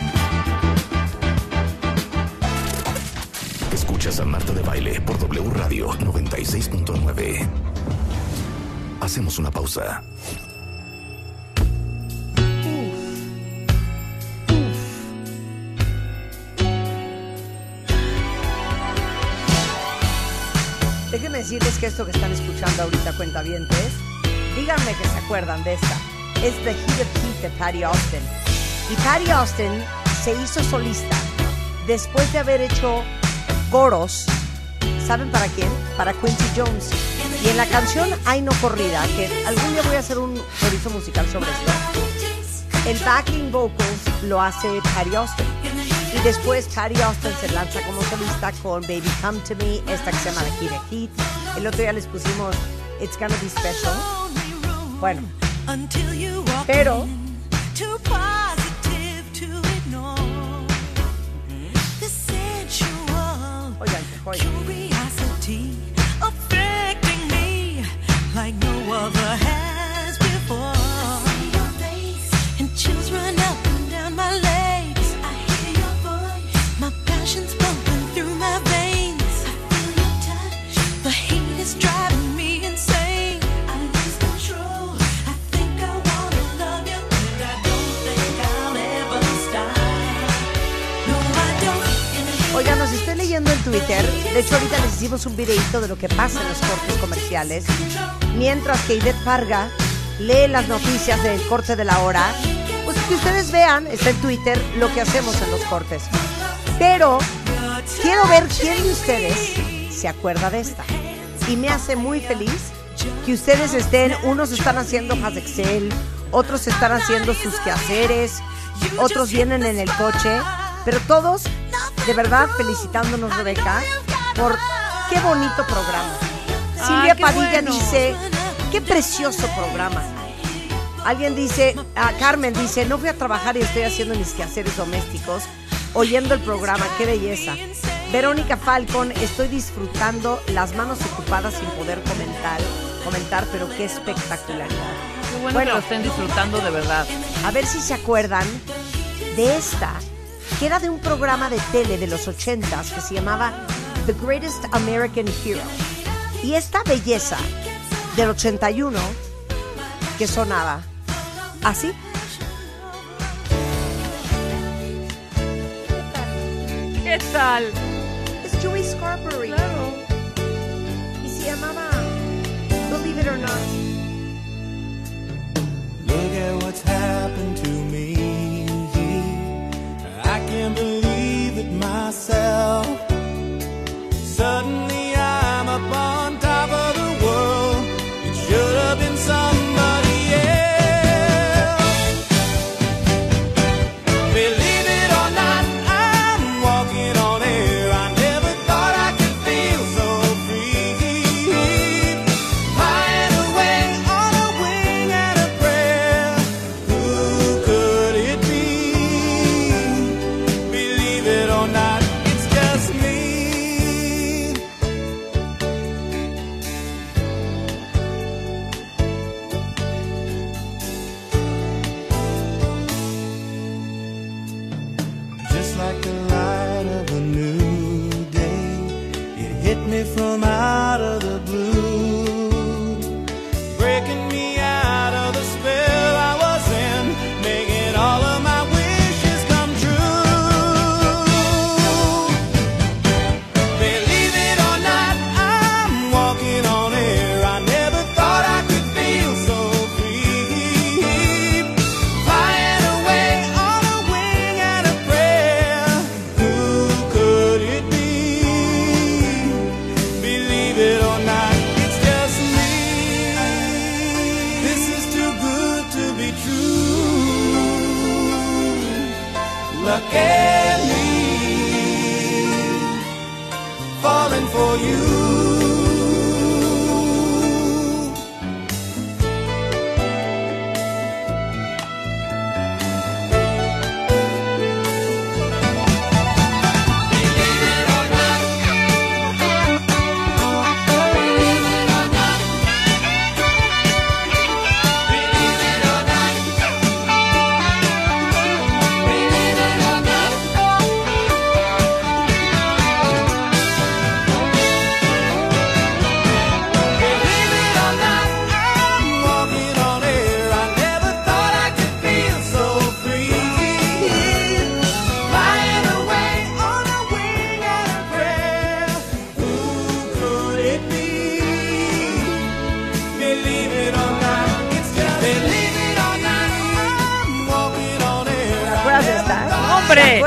Escuchas a Marta de Baile por W Radio 96.9. Hacemos una pausa. Déjenme decirles que esto que están escuchando ahorita, cuentavientes, díganme que se acuerdan de esta. Es The Heat of Heat de Patty Austin. Y Patty Austin se hizo solista después de haber hecho coros. ¿Saben para quién? Para Quincy Jones. Y en la canción Ay No Corrida, que algún día voy a hacer un chorizo musical sobre esto, el backing vocals lo hace Patty Austin. Y después Patty Austin se lanza como solista con Baby Come To Me, esta que se llama The Hit a Hit. El otro día les pusimos It's Gonna Be Special. Bueno, pero oigan, qué joya. Like no other has before. And chills run up and down my legs. I hear your voice. My passion's pumping through my veins. I feel your touch. The heat is driving me insane. I lose control. I think I wanna love you, but I don't think I'll ever stop. No, I don't. Oigan, nos estoy leyendo en Twitter. De hecho, ahorita les hicimos un videito de lo que pasa en los cortes comerciales. Mientras que Ivette Parga lee las noticias del corte de la hora, pues que ustedes vean, está en Twitter, lo que hacemos en los cortes. Pero quiero ver quién de ustedes se acuerda de esta. Y me hace muy feliz que ustedes estén, unos están haciendo hojas de Excel, otros están haciendo sus quehaceres, otros vienen en el coche, pero todos, de verdad, felicitándonos, Rebeca, por qué bonito programa. Silvia qué Padilla bueno. dice, qué precioso programa. Alguien dice, Carmen dice, no fui a trabajar y estoy haciendo mis quehaceres domésticos, oyendo el programa, qué belleza. Verónica Falcon, estoy disfrutando, las manos ocupadas sin poder comentar, pero qué espectacularidad. Qué bueno que lo estén disfrutando de verdad. A ver si se acuerdan de esta, que era de un programa de tele de los 80s que se llamaba The Greatest American Hero. Y esta belleza del 81 que sonaba así. ¿Qué tal? Es Joey Scarberry. Claro. Y se llamaba Believe It or Not. Look at what's happened to me. I can't believe it myself. Suddenly I'm up on top of the world. It should have been somebody else. Believe it or not, I'm walking on air. I never thought I could feel so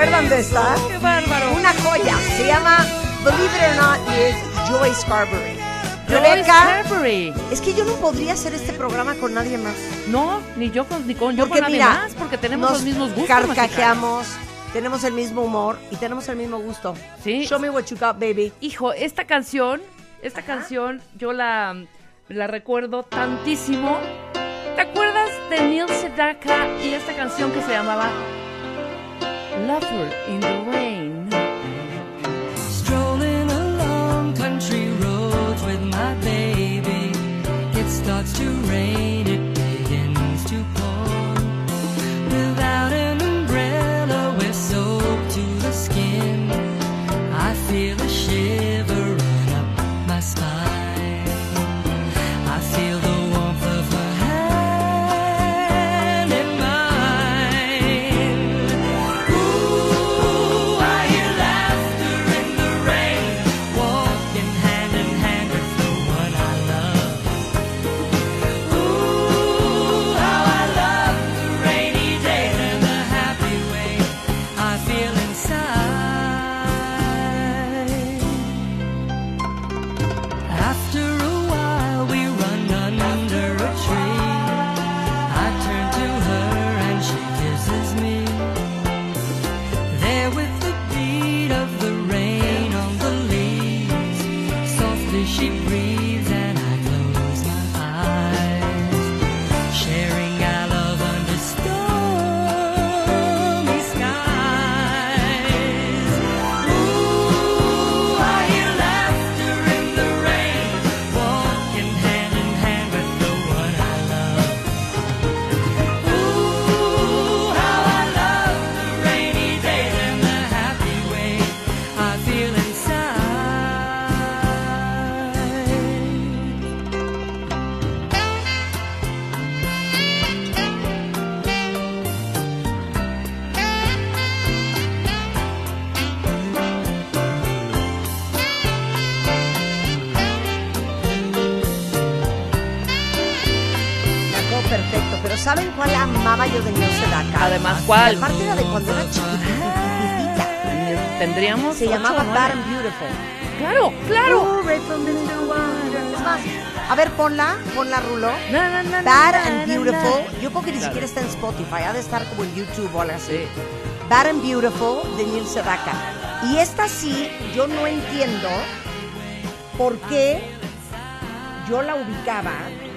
acuerdan de esta? ¡Qué bárbaro! Una joya. Se llama Believe It or Not with Joy Scarberry. Joy Rebeca, Scarberry. es que yo no podría hacer este programa con nadie más. No, ni yo con Porque nadie mira, más, porque tenemos nos los mismos gustos. carcajeamos, tenemos el mismo humor y tenemos el mismo gusto. Sí. Show me what you got, baby. Hijo, esta canción yo la recuerdo tantísimo. ¿Te acuerdas de Neil Sedaka y esta canción que se llamaba Lover in the Rain? Strolling along country roads with my baby. It starts to rain, it begins to pour. Without an umbrella, we're soaked to the skin. I feel a shiver run up my spine. I feel the warmth of her hand in mine. Ooh, I hear laughter in the rain, walking hand in hand with the one I love. Ooh, how I love the rainy days and the happy way I feel inside. After a while we run under a tree. I turn to her and she kisses me. There with the beat of the rain on the leaves, softly she breathes and I close my eyes, sharing our love under stormy skies. Ooh, I hear laughter in the rain, walking hand in hand with the one I love. Ooh, how I love the rainy days and the happy way I feel inside. Me acuerdo perfecto, pero ¿saben cuál amaba yo de Neil Sedaka? Además, ¿cuál? Y aparte era de cuando era chiquitita. Tendríamos Se 8 llamaba o 9. Bad and Beautiful. Claro, claro. Ooh, right from the new one. Es más, a ver, ponla, Rulo. Na, na, na, Bad na, and na, Beautiful. na. Yo creo que ni Claro. siquiera está en Spotify. Ha de estar como en YouTube o algo así. Sí. Bad and Beautiful de Neil Sedaka. Y esta sí, yo no entiendo por qué yo la ubicaba.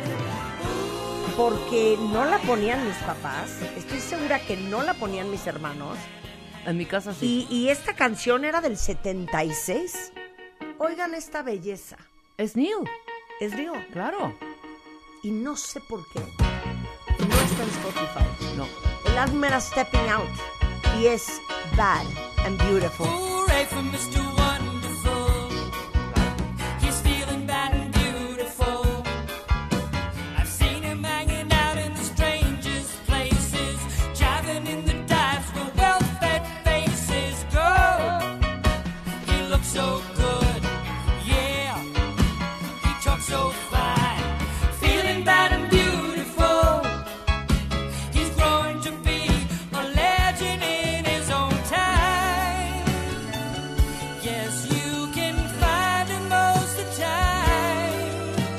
Porque no la ponían mis papás. Estoy segura que no la ponían mis hermanos. En mi casa sí. Y esta canción era del 76. Oigan esta belleza. Es Neil, Es Río. claro. Y no sé por qué. No está en Spotify. No. El álbum era Stepping Out. Y es Bad and Beautiful. Hooray for Mr. Wonderful. He's feeling bad and beautiful. I've seen him hanging out in the strangest places, driving in the dives where well-fed faces go. He looks so good, yeah. He talks so fine, feeling bad and beautiful. He's growing to be a legend in his own time. Yes, you can find him most of the time,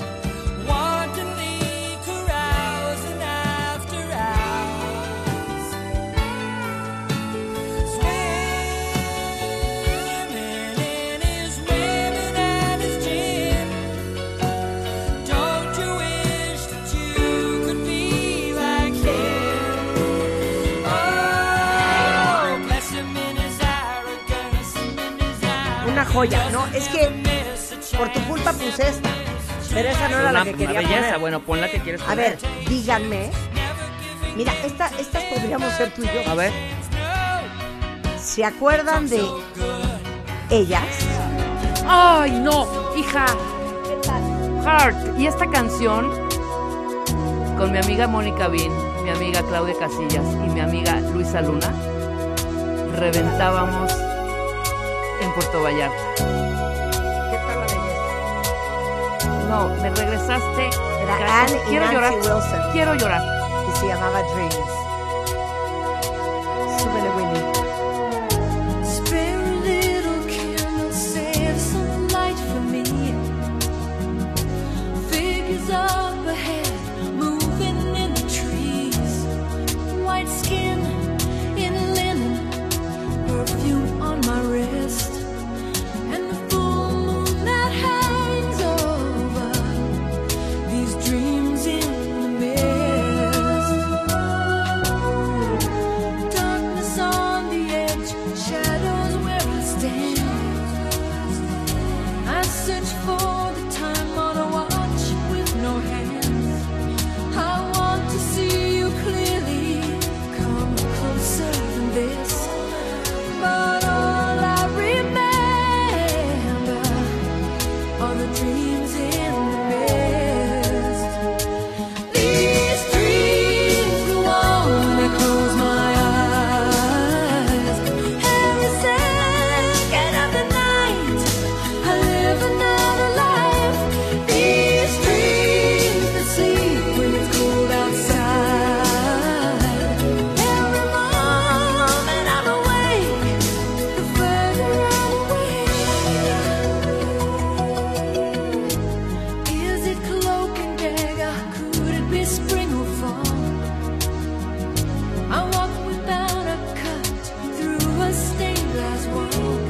wantonly carousing after hours, swimming in his women and his gin. Don't you wish that you could be like him? Oh, bless him in his arrogance, in his arrogance. Una joya, ¿no? Es que por tu culpa puse esta. Pero esa no era la que Una quería belleza. poner. Bueno, pon la que quieres A poner. ver, díganme. Mira, estas podríamos ser tú y yo. A ver. ¿Se acuerdan de ellas? ¡Ay, no! Hija. Heart. Y esta canción con mi amiga Mónica Bin, mi amiga Claudia Casillas y mi amiga Luisa Luna reventábamos en Puerto Vallarta. ¿Qué tal la belleza? No, me regresaste. Era gacho. Anne y Quiero Nancy llorar. Wilson. Quiero llorar. Y se llamaba Dreams. Súbele, Willy. shadows up ahead, moving in the trees. White skin in linen, perfume on my wrist, and the full moon that hangs over these dreams in the mist. Darkness on the edge, shadows where I stand. I search for the time on a watch with no hands. I want to see you clearly, come closer than this. But all I remember are the dreams in the mist. These dreams go on when I close my eyes. Every second of the night, I live another life. These dreams that sleep when it's cold outside. Every moment I'm awake, the further I'm away. Is it cloak and dagger? Could it be spring or fall? I walk without a cut through a stained glass wall.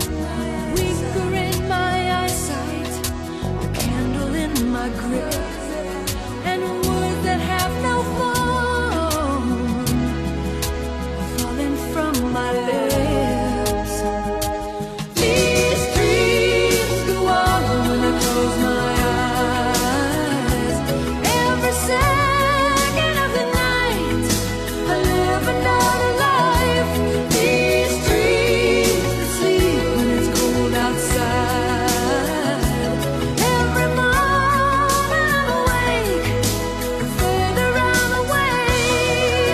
Weaker in my eyesight, a candle in my grip, and words that have no form falling from my lips. These dreams go on when I close my eyes. Every second of the night, I live another life. These dreams that sleep when it's cold outside. Every moment I'm awake, the further I'm away.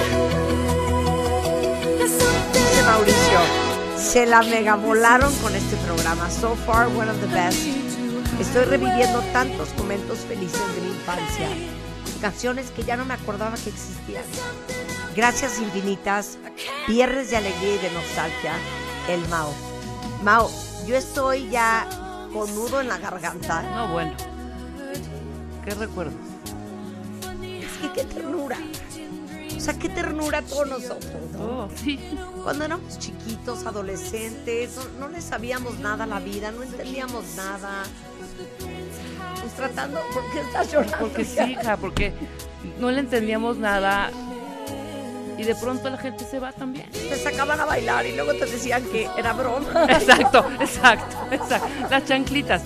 There's something Dice Mauricio, se la mega volaron con este programa. So far, one of the best. Estoy reviviendo tantos momentos felices de mi infancia. Canciones que ya no me acordaba que existían. Gracias infinitas. Viernes de alegría y de nostalgia. El Mao. Mao, yo estoy ya con nudo en la garganta. No, bueno. ¿Qué recuerdo? Es que qué ternura. O sea, qué ternura todos nosotros, ¿no? Oh, sí. Cuando éramos chiquitos, adolescentes, no le sabíamos nada a la vida, no entendíamos nada. Pues tratando, ¿por qué estás llorando? Porque sí, hija, porque no le entendíamos nada. Y de pronto la gente se va también. Te sacaban a bailar y luego te decían que era broma. Exacto. Las chanclitas.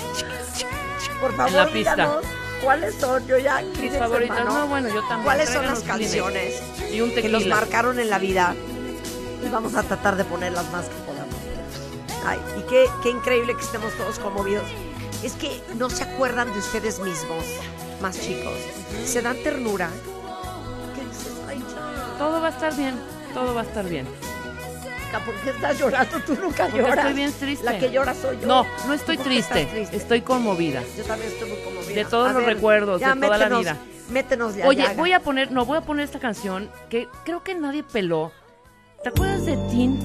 Por en la favor, pista. díganos cuáles son. Yo ya Mis Kleenex en favoritas. mano. No, bueno, yo también. ¿Cuáles son Tráiganos las canciones Kleenex. Y un que nos tequila. marcaron en la vida? Y vamos a tratar de ponerlas más que podamos. Ay, y qué increíble que estemos todos conmovidos. Es que no se acuerdan de ustedes mismos, más chicos. Se dan ternura. ¿Qué dices? Ay, ya. Todo va a estar bien. Todo va a estar bien. ¿Por qué estás llorando? Tú nunca Porque lloras. estoy bien triste. La que llora soy yo. No estoy ¿Por qué estás triste. Estoy conmovida. Yo también estoy muy conmovida. De todos A los ver, recuerdos, ya, de toda la métenos- vida. Métenos ya. Oye, voy a poner esta canción que creo que nadie peló. ¿Te acuerdas de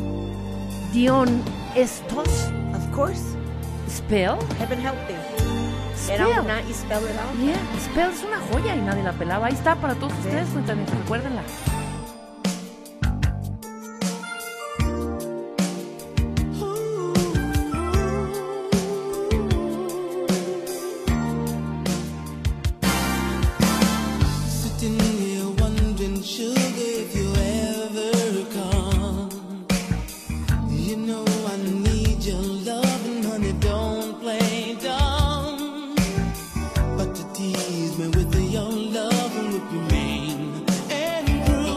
Dion Estos? Of course. Spell. Heaven help me. Era Spell. una y Spell It Out. Yeah, Spell es una joya y nadie la pelaba. Ahí está para todos ustedes, cuéntame, recuérdenla. Sitting here wondering, sugar, if you ever come. You know I need your love, and honey, don't play dumb. But to tease me with your love and whip your mane and prove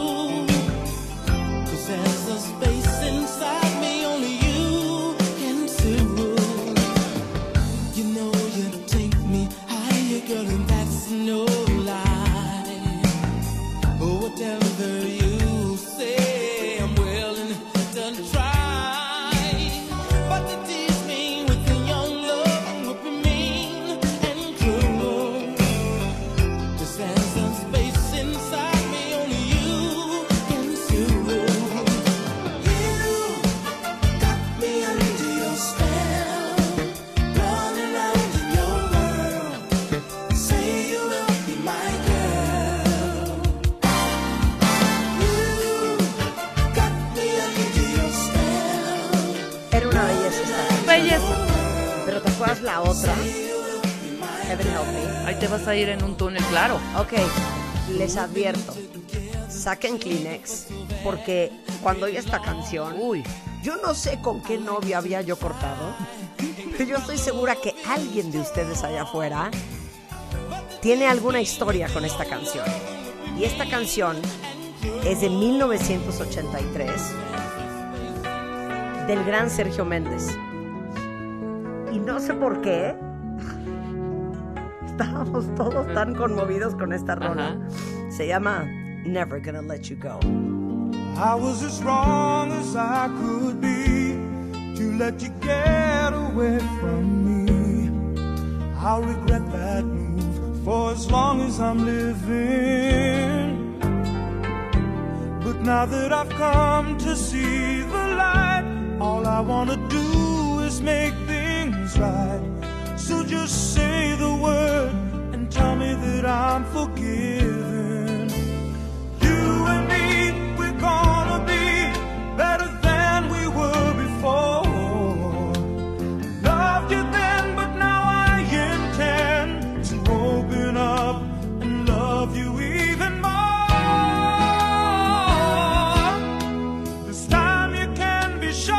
Heaven Help Me. Ahí te vas a ir en un túnel, claro. Ok, les advierto, saquen Kleenex, porque cuando oí esta canción, Uy, yo no sé con qué novio había yo cortado, pero yo estoy segura que alguien de ustedes allá afuera tiene alguna historia con esta canción. Y esta canción es de 1983, del gran Sergio Méndez. Y no sé por qué estábamos todos tan conmovidos con esta rola. Se llama Never Gonna Let You Go. I was as wrong as I could be to let you get away from me. I'll regret that move for as long as I'm living. But now that I've come to see the light, all I wanna do is make things right. So just say the word and tell me that I'm forgiven. You and me, we're gonna be better than we were before. Loved you then, but now I intend to open up and love you even more. This time you can be sure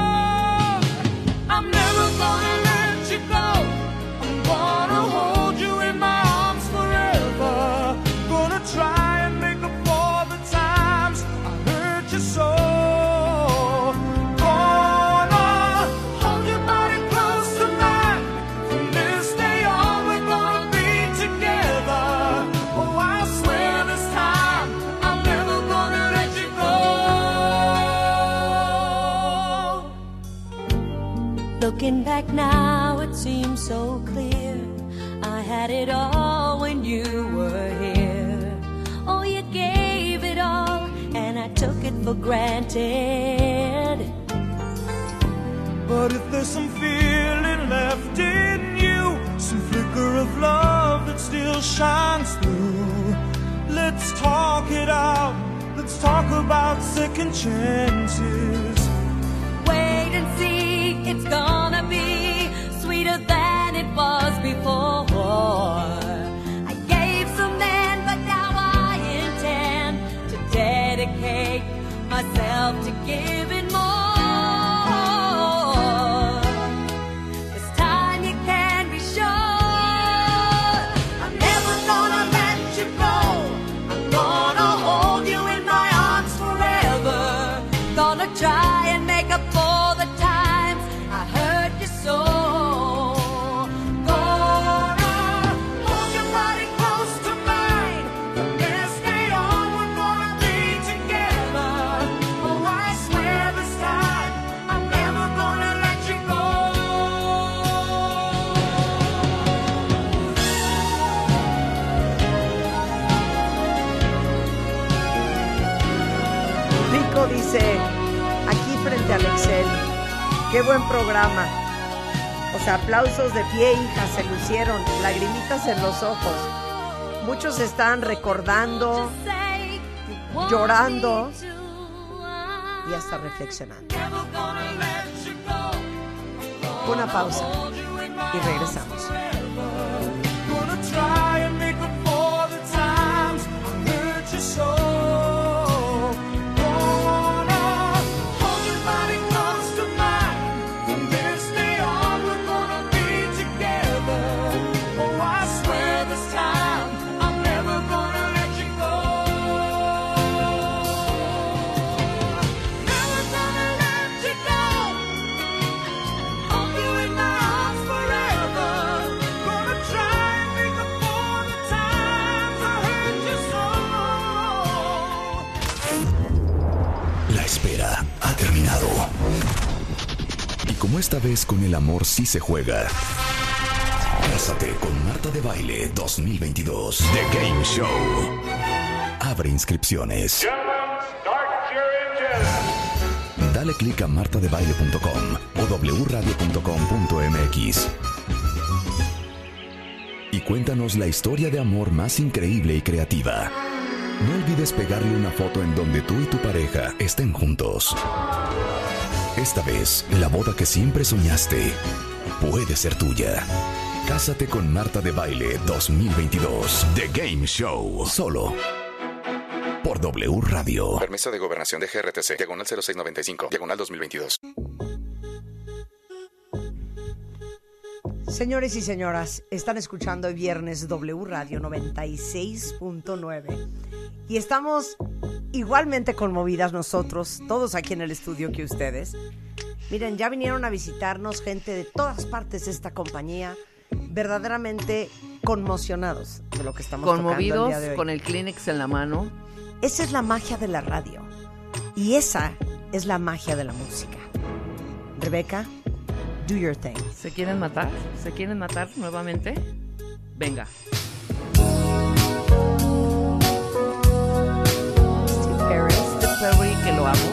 I'm never gonna let you go. I'm gonna hold you in my arms forever. Gonna try and make up for the times I hurt you so. Gonna hold your body close to mine. From this day on we're gonna be together. Oh, I swear this time I'm never gonna let you go. Looking back now, it seems so clear. I had it all when you were here. Oh, you gave it all, and I took it for granted. But if there's some feeling left in you, some flicker of love that still shines through, let's talk it out. Let's talk about second chances. Wait and see, it's gonna be sweeter than it was before. I gave some then, but now I intend to dedicate myself to giving more. This time you can be sure I'm never gonna let you go. I'm gonna hold you in my arms forever. Gonna try and make up for the times I hurt you so. Gonna hold your body close to mine. From this day on we're gonna be together. Oh, I swear this time I'm never gonna let you go. Rico dice, aquí frente al Excel, qué buen programa. O sea, aplausos de pie, hija, se lucieron, lagrimitas en los ojos. Muchos están recordando, llorando y hasta reflexionando. Una pausa y regresamos. Gonna try and make up for the times I hurt you so. Gonna hold your body close to mine. From this day on we're gonna be together. Oh, I swear this time I'm never gonna let you go. Never gonna let you go. Hold you in my arms forever. Gonna try and make up for the times I hurt you so. La espera ha terminado. Y como esta vez con el amor sí se juega, Cásate con Marta de Baile 2022 The Game Show. Abre inscripciones. Dale clic a martadebaile.com o wradio.com.mx y cuéntanos la historia de amor más increíble y creativa. No olvides pegarle una foto en donde tú y tu pareja estén juntos. Esta vez, la boda que siempre soñaste puede ser tuya. Cásate con Marta de Baile 2022. The Game Show. Solo por W Radio. Permiso de gobernación de GRTC. Diagonal 0695. Diagonal 2022. Señores y señoras, están escuchando hoy viernes W Radio 96.9 y estamos igualmente conmovidas nosotros, todos aquí en el estudio que ustedes. Miren, ya vinieron a visitarnos gente de todas partes de esta compañía, verdaderamente conmocionados de lo que estamos Conmovidos, tocando el día de hoy. con el Kleenex en la mano. Esa es la magia de la radio y esa es la magia de la música. Rebeca, do your thing. ¿Se quieren matar? ¿Se quieren matar nuevamente? Venga. Steve Perry. Steve Perry, que lo amo.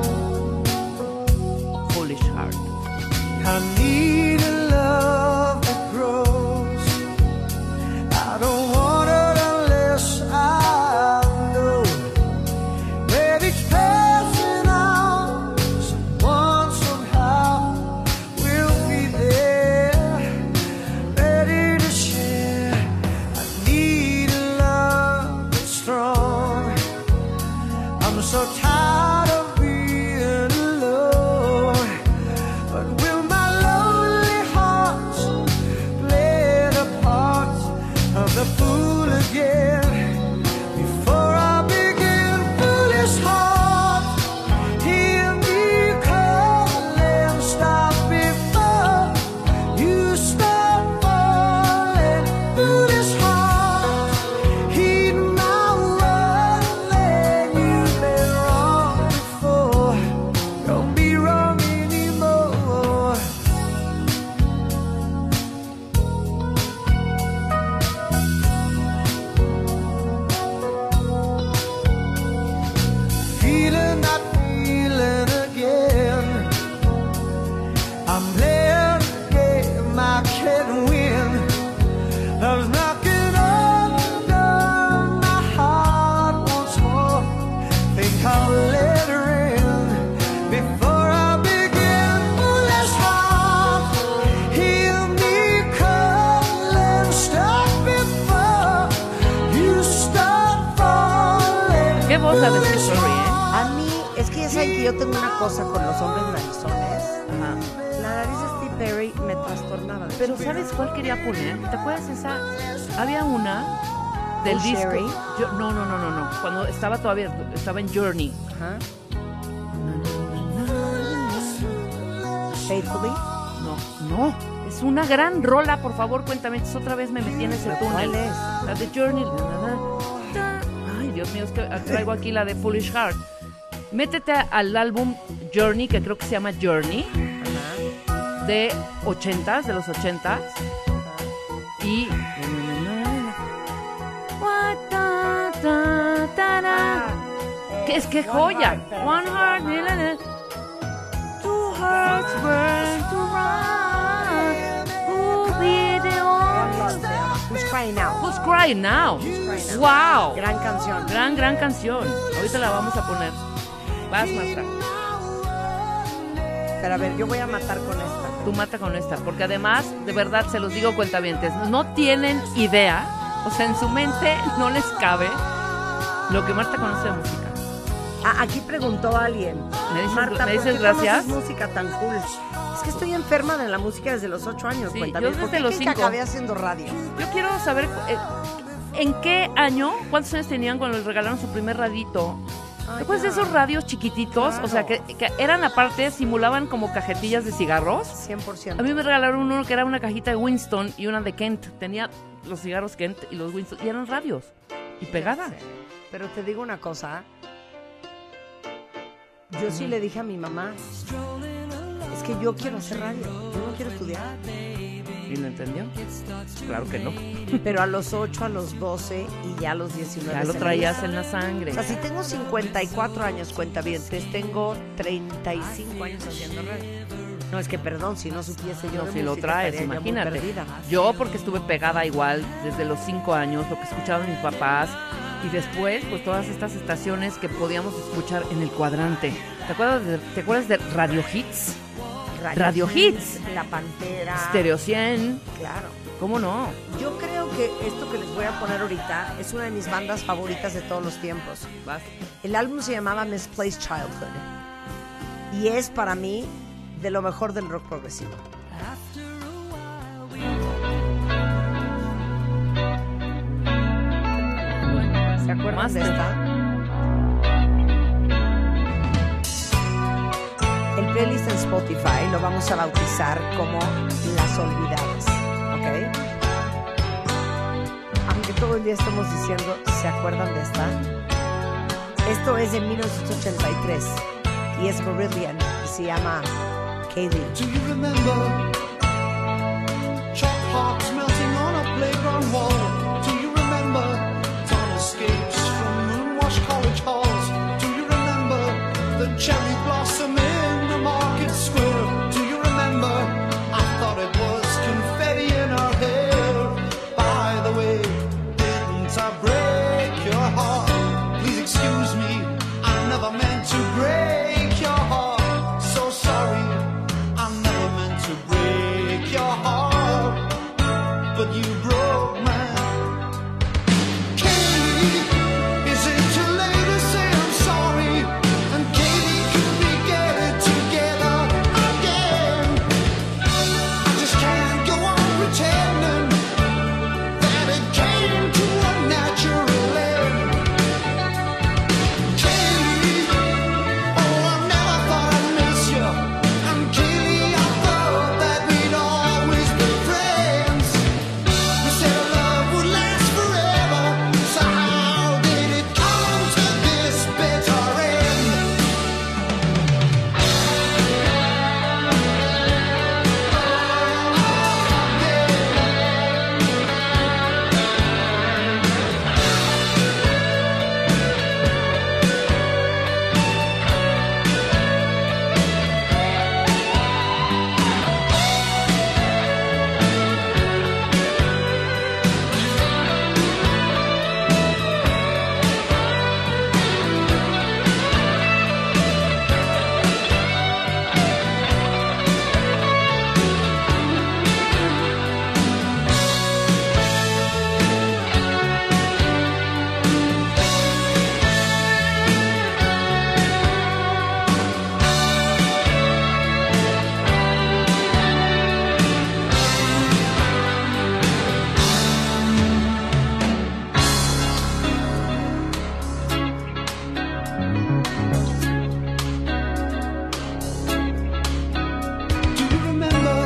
Foolish Heart. I need a love that grows. I don't want it unless I know that it's passing on. Someone somehow will be there, ready to share. I need a love that's strong. I'm so tired of being alone. But will my lonely heart play the part of the fool again? Before I begin, foolish heart, hear me calling. Stop before you start falling. Foolish heart, heed my warning. You've been wrong before, don't be wrong anymore. Feeling that feeling again. I'm playing a game I can't win. Love's knocking on the door, my heart wants more. Think I'll let her in before I begin. Foolish heart, hear me calling. Stop before you start falling. ¿Qué voz la de Steve Perry, A mí, es que ya saben que yo tengo una cosa con los hombres narizones. Ajá. La nariz de Steve Perry me trastornaba. Pero ¿sabes cuál quería poner? ¿Te acuerdas esa? Había una del ¿Oh, disco. Sherry? No. Cuando estaba en Journey. Ajá. Faithfully. No. Es una gran rola, por favor, cuéntame. Otra vez me metí en ese túnel. ¿Cuál es? La de Journey. Ay, Dios mío, es que traigo aquí la de Foolish Heart. Métete al álbum Journey, que creo que se llama Journey, de 80s, de los 80s. Y... ¡Qué joya! One heart, two hearts burn to run. Who'll be the one? Who's Crying Now. Who's Crying Now? Crying Now. ¡Wow! Gran canción. Gran canción. Ahorita la vamos a poner. Vas, Marta. Pero a ver, yo voy a matar con esta. Tú mata con esta, porque además, de verdad, se los digo, cuentavientes, no tienen idea, o sea, en su mente no les cabe lo que Marta conoce de música. Ah, aquí preguntó alguien. Marta, ¿me dices ¿por qué gracias? conoces música tan cool? Es que estoy enferma de la música desde los 8 años. Sí, Cuéntame, yo ¿por desde qué los creen que 5. acabé haciendo radio? Yo quiero saber en qué año, cuántos años tenían cuando les regalaron su primer radito. Ay, ¿Te acuerdas de ya. esos radios chiquititos? Claro. O sea, que eran aparte, simulaban como cajetillas de cigarros. 100%. A mí me regalaron uno que era una cajita de Winston y una de Kent. Tenía los cigarros Kent y los Winston. Y eran radios. Y pegada. Ya sé. Pero te digo una cosa. Yo sí le dije a mi mamá, es que yo quiero hacer radio, yo no quiero estudiar. ¿Y lo entendió? Claro que no. Pero a los 8, a los 12 y ya a los 19. Ya lo se me traías hizo. en la sangre. O sea, si tengo 54 años, cuentavientes, tengo 35 años haciendo radio. No, es que perdón, si no supiese yo No, de si lo música, traes, estaría ya muy imagínate. perdida. Yo porque estuve pegada igual desde los 5 años, lo que escuchaban mis papás, y después pues todas estas estaciones que podíamos escuchar en el cuadrante. ¿Te acuerdas de Radio Hits? Radio Hits, La Pantera. Stereo 100, Claro. ¿cómo no? Yo creo que esto que les voy a poner ahorita es una de mis bandas favoritas de todos los tiempos. Vas. El álbum se llamaba Misplaced Childhood y es para mí de lo mejor del rock progresivo. ¿Se acuerdan Más de de- esta? El playlist en Spotify lo vamos a bautizar como Las Olvidadas, ¿ok? Aunque todo el día estamos diciendo, ¿se acuerdan de esta? Esto es de 1983 y es Marillion y se llama Kaylee. Do you remember chalk hearts melting on a playground wall? Do you remember torn escapes from moon-washed college halls? Do you remember the cherry blossom in the market square? Do you remember I thought it was confetti in our hair? By the way, didn't I break your heart? Please excuse me, I never meant to break your heart. So sorry, I never meant to break your heart, but you broke mine. Katie, is it too late to say I'm sorry? And Katie, could we get it together again? I just can't go on pretending that it came to a natural end. Katie, oh, I never thought I'd miss you. And Katie, I thought that we'd always be friends. We said our love would last forever. So how did it come to this bitter end? Do you remember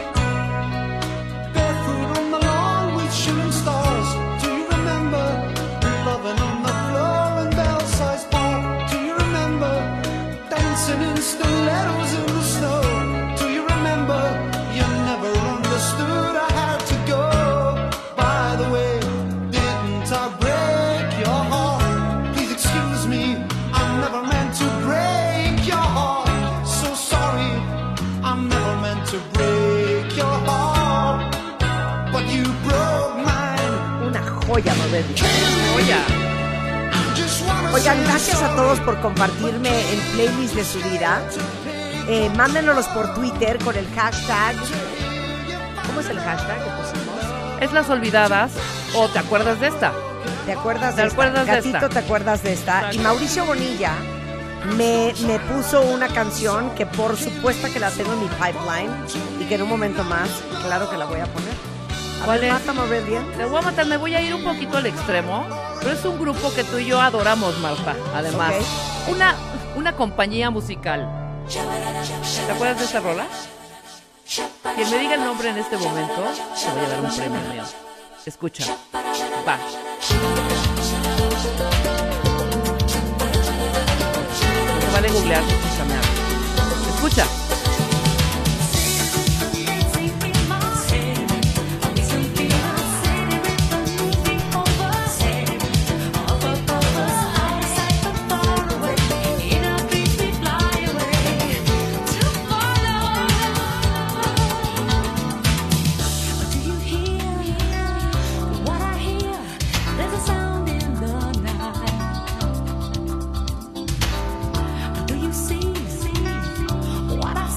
barefoot on the lawn with shooting stars? Do you remember loving on the floor in Belsize Park? Do you remember dancing in stilettos in the snow? Do you remember you never understood I had to go? By the way, didn't I break your heart? Please excuse me, I never meant to break your heart. So sorry, I never meant to break your heart, but you broke mine. Una joya, Marillion. Oye, Oigan, gracias a todos por compartirme el playlist de su vida. Mándenoslos por Twitter con el hashtag. ¿Cómo es el hashtag que pusimos? es Las Olvidadas o ¿te acuerdas de esta? ¿Te acuerdas ¿Te de esta? acuerdas de Gatito, esta? ¿te acuerdas de esta? Exacto. Y Mauricio Bonilla me puso una canción que por supuesto que la tengo en mi pipeline y que en un momento más, claro que la voy a poner. A ¿Cuál ver, es? mata, Marillion. Te voy a matar, me voy a ir un poquito al extremo, pero es un grupo que tú y yo adoramos, Marta, además. Ok. Una compañía musical. ¿Te acuerdas de esta rola? Quien me diga el nombre en este momento, te voy a dar un premio mío. Escucha. Va. No te vale googlear, escúchame. Escucha. What I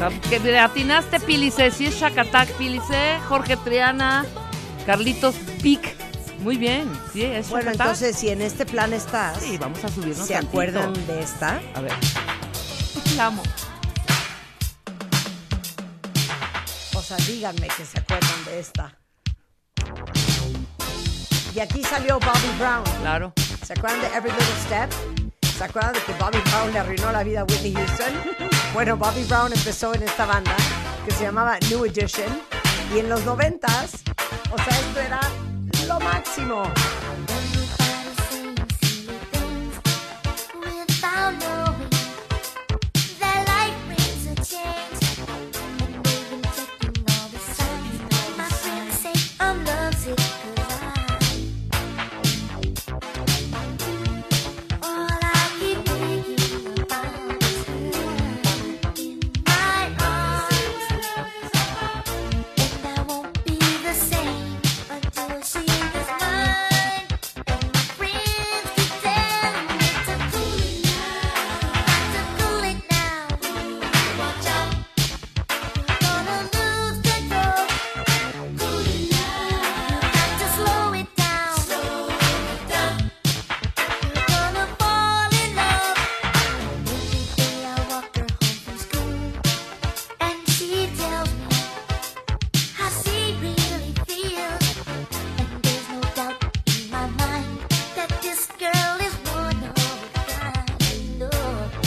Que le atinaste, Pílice. Si es Shakatak, Pílice. Jorge Triana. Carlitos Pic. Muy bien. Sí, es Bueno, Shakatak. entonces, si en este plan estás, Sí, vamos a subirnos ¿se tantito. acuerdan de esta? A ver. La amo. O sea, díganme que se acuerdan de esta. Y aquí salió Bobby Brown. Claro. ¿Se acuerdan de Every Little Step? ¿Se acuerdan de que Bobby Brown le arruinó la vida a Whitney Houston? Bueno, Bobby Brown empezó en esta banda que se llamaba New Edition. Y en los 90s, o sea, esto era lo máximo. Without knowing that life brings a change, and they've been checking all the signs. My friends say I'm lovesick 'cause all I keep thinking about is her in my arms, and I won't be the same until she is mine. And my friends keep telling me to cool it now, watch out, you're gonna lose control. Cool it now, you got to slow it down, you're gonna fall in love. Every day I walk her home from school, and she tells me how she really feels, and there's no doubt in my mind that this girl is one of a kind. No.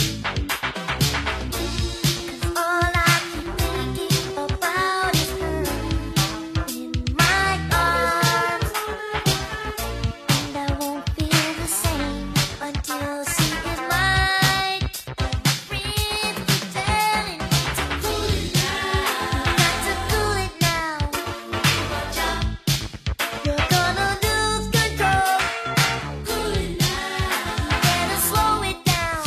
'Cause all I keep thinking about is her in my arms, and I won't feel the same until she is mine. And my friends keep telling me to cool it now, got to cool it now. Watch out, you're gonna lose control. Cool it now, better slow it down.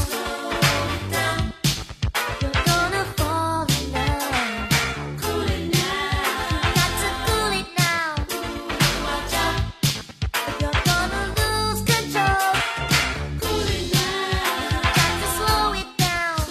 You're gonna fall in love. Cool it now, got to cool it now. Watch out, you're gonna lose control. Cool it now, got to slow it down.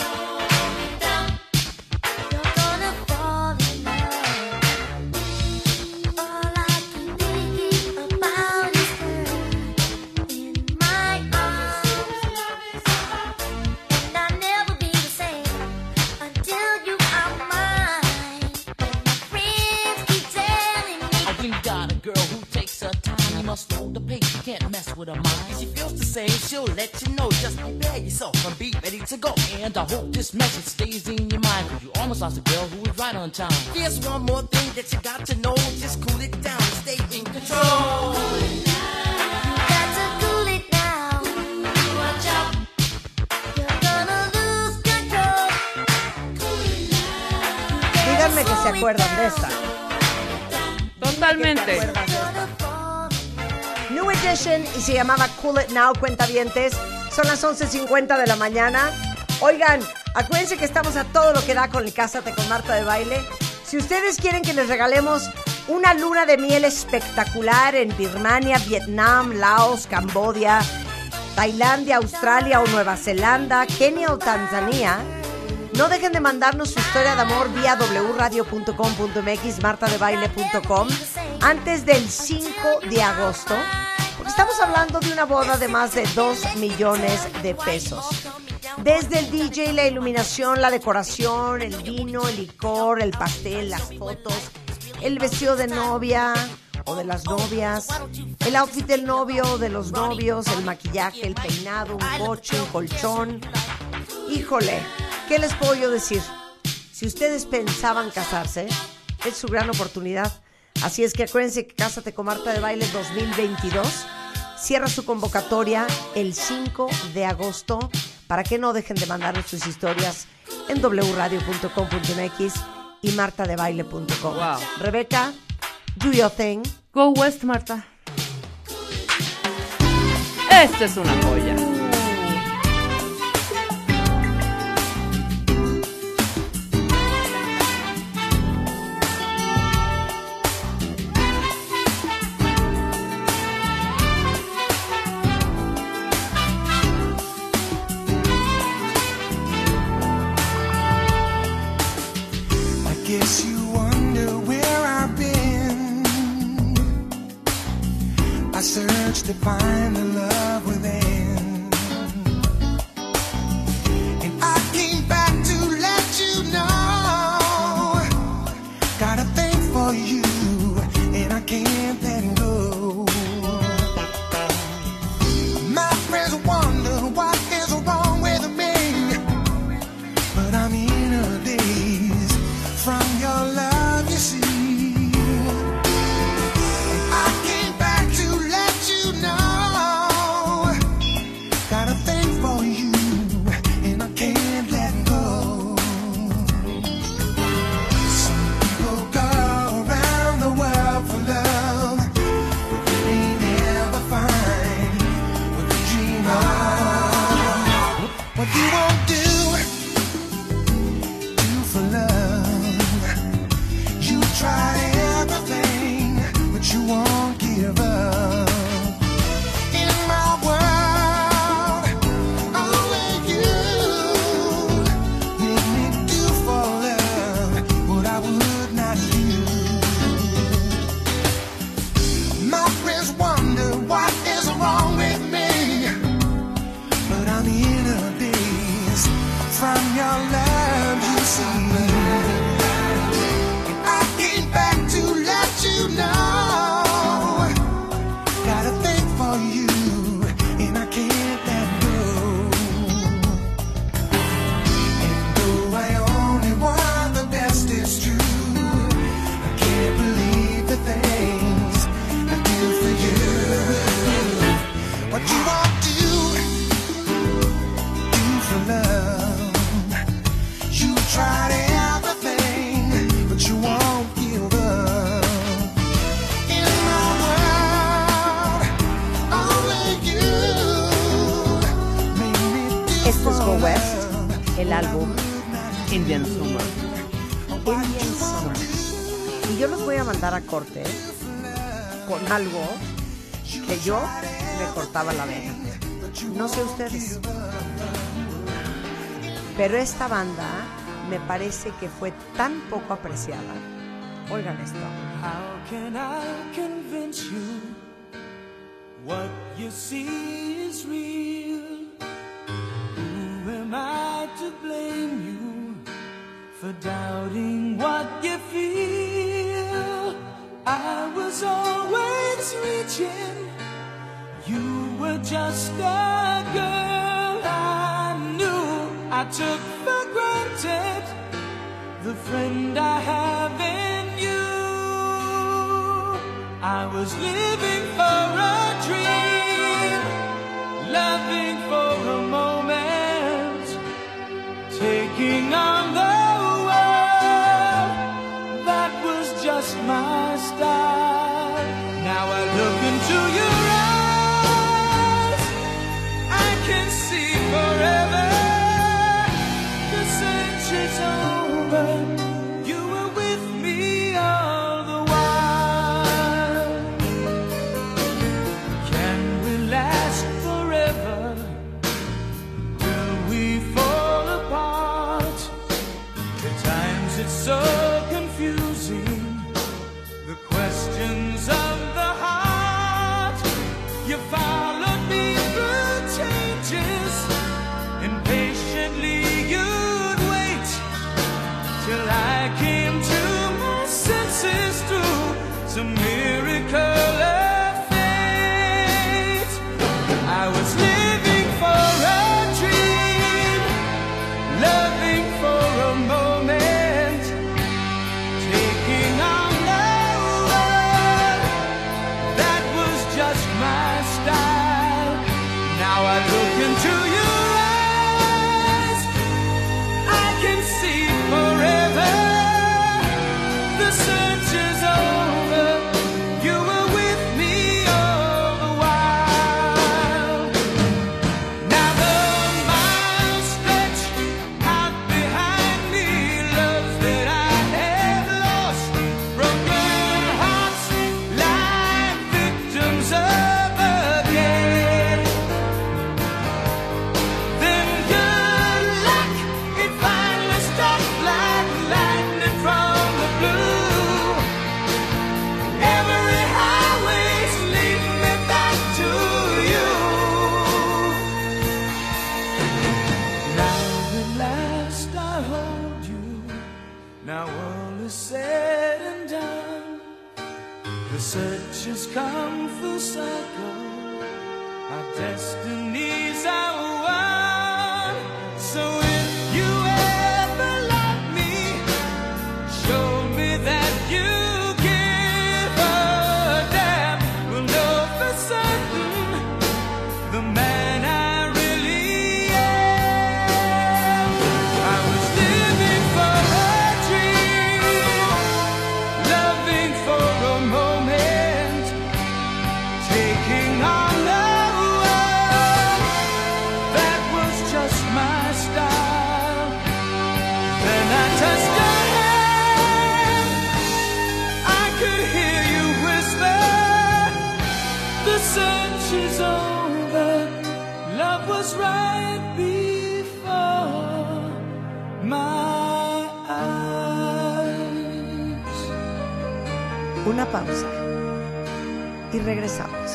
You're gonna fall in love. All I keep thinking about is her in my arms, and I'll never be the same until you are mine. And my friends keep telling me Oh, you got a girl who takes her time. You must hold the pace. You can't mess with her mind. She feels the same. She'll let you know. Just prepare yourself and be ready to go. And I hope this message stays in your mind. 'Cause you almost lost a girl who was right on time. There's one more thing that you got to know. Just cool it down and stay in control. got to cool it now. Watch out, you're gonna lose control. Díganme que se acuerdan de esta. Totalmente. ¿Te acuerdas de esta? New Edition y se llamaba Cool It Now, cuentavientes. Son las 11:50 de la mañana. Oigan, acuérdense que estamos a todo lo que da con el Cásate con Marta de Baile. Si ustedes quieren que les regalemos una luna de miel espectacular en Birmania, Vietnam, Laos, Camboya, Tailandia, Australia o Nueva Zelanda, Kenia o Tanzania, no dejen de mandarnos su historia de amor vía wradio.com.mx, martadebaile.com, antes del 5 de agosto, porque estamos hablando de una boda de más de 2 millones de pesos. Desde el DJ, la iluminación, la decoración, el vino, el licor, el pastel, las fotos, el vestido de novia o de las novias, el outfit del novio o de los novios, el maquillaje, el peinado, un coche, un colchón. Híjole, ¿qué les puedo yo decir? Si ustedes pensaban casarse, es su gran oportunidad. Así es que acuérdense que Cásate con Marta de Baile 2022 cierra su convocatoria el 5 de agosto. Para que no dejen de mandarnos sus historias en wradio.com.mx y martadebaile.com. Wow. Rebeca, do your thing. Go West, Marta. Esta es una joya. find the love within. And I came back to let you know, got a thing for you, and I can't let it go. My friends wonder what is wrong with me, but I'm in a daze from your love, you see. And I came back to let you know, got a thing for you, and I can't let go. Some people go around the world for love, but they never find what they dream of. What you won't do for love. You try everything, but you won't give up. In my world, only you make me do for love what I would not do. My friends wonder what is wrong with me, but I'm in a daze from your love, you see. And I came back to let you know, got a thing for you, and I can't let go. And though I only want the best, it's true, I can't believe the things I do for you. What you won't do for love. You tried everything, but you won't give up. In my world, only you make me do Esto es Go for West, love. el álbum Indian Summer. Indian Summer. Y yo los voy a mandar a corte con algo que yo me cortaba la vena. No sé ustedes, pero esta banda me parece que fue tan poco apreciada. Oigan esto. How can I convince you what you see is real? Who am I to blame you for doubting what you feel? I was always reaching, you were just a girl I knew. I took for granted the friend I have in you. I was living for a dream, loving for a moment, taking on the world. That was just my style. Now I look into your eyes, I can see forever. The century's over, you were with me all the while. Can we last forever? Will we fall apart? At times it's so confusing, the questions of the heart. You followed me through changes, and patiently you'd wait till I I hold you. Now all is said and done. The search has come full circle. Our destinies are one. So if you ever love me, show me that you give a damn. We'll know for certain the man I really am. I was living for a dream, loving for a moment, taking on the world. That was just my style. Then I touched your hand. I could hear you whisper, the search is over. Love was right before my eyes. Una pausa y regresamos.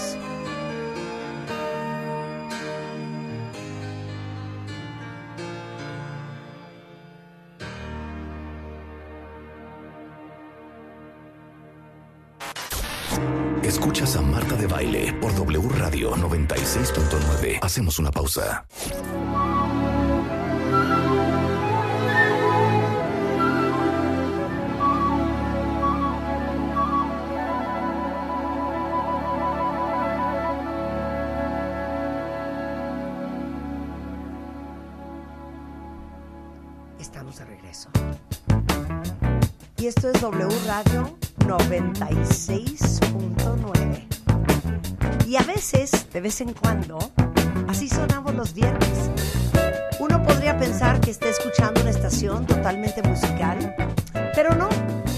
Escuchas a Marta de Baile por W Radio 96.9. Hacemos una pausa. Estamos de regreso. Y esto es W Radio 96.9. Y a veces, de vez en cuando, así sonamos los viernes. Uno podría pensar que está escuchando una estación totalmente musical, pero no.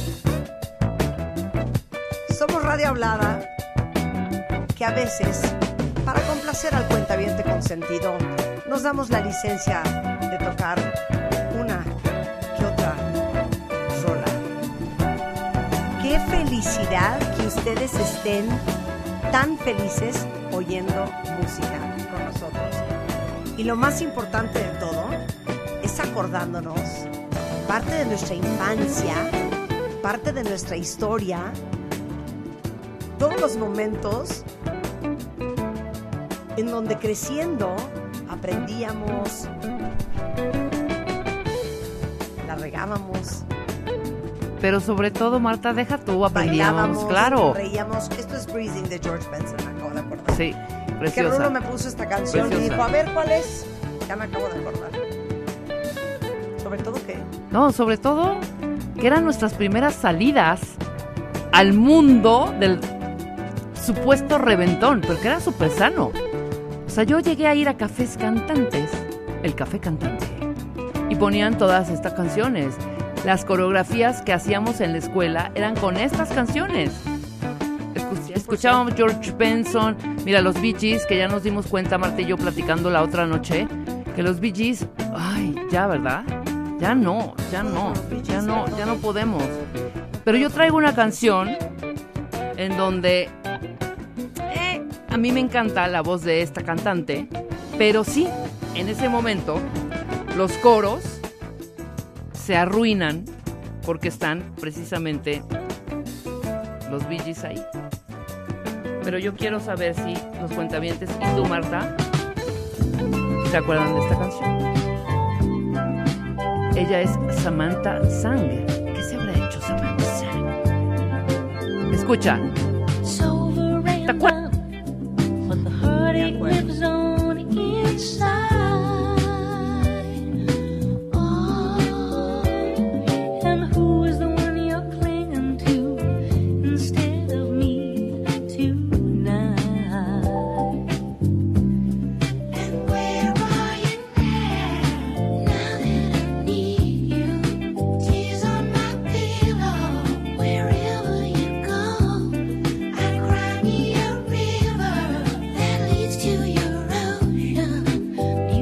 Somos radio hablada, que a veces, para complacer al cuentaviente consentido, nos damos la licencia de tocar una que otra rola. Qué felicidad que ustedes estén tan felices oyendo música con nosotros. Y lo más importante de todo es acordándonos parte de nuestra infancia, parte de nuestra historia, todos los momentos en donde creciendo aprendíamos, la regábamos, Pero sobre todo, Marta, deja tú, aprendíamos, bailábamos, claro. reíamos. Esto es Breathing de George Benson, me acabo de acordar. Sí, Que preciosa. Rulo me puso esta canción y Preciosa. dijo, a ver, ¿cuál es? Ya me acabo de acordar. Sobre todo que No, sobre todo que eran nuestras primeras salidas al mundo del supuesto reventón, pero que era súper sano. O sea, yo llegué a ir a cafés cantantes, el café cantante, y ponían todas estas canciones. Las coreografías que hacíamos en la escuela eran con estas canciones. Escuchábamos George Benson, mira, los Bee Gees, que ya nos dimos cuenta, Marta y yo platicando la otra noche, que los Bee Gees, ay, ya, ¿verdad? Ya no podemos. Pero yo traigo una canción en donde a mí me encanta la voz de esta cantante, pero sí, en ese momento, los coros se arruinan porque están precisamente los Bee Gees ahí. Pero yo quiero saber si los cuentavientes y tú, Marta, ¿se acuerdan de esta canción? Ella es Samantha Sang. ¿Qué se habrá hecho Samantha Sang? Escucha. ¿Te acuerdas? But the heartache lives on inside. Oh, and who is the one you're clinging to instead of me tonight? And where are you now? Now that I need you, tears on my pillow. Wherever you go, I cry me a river that leads to your ocean.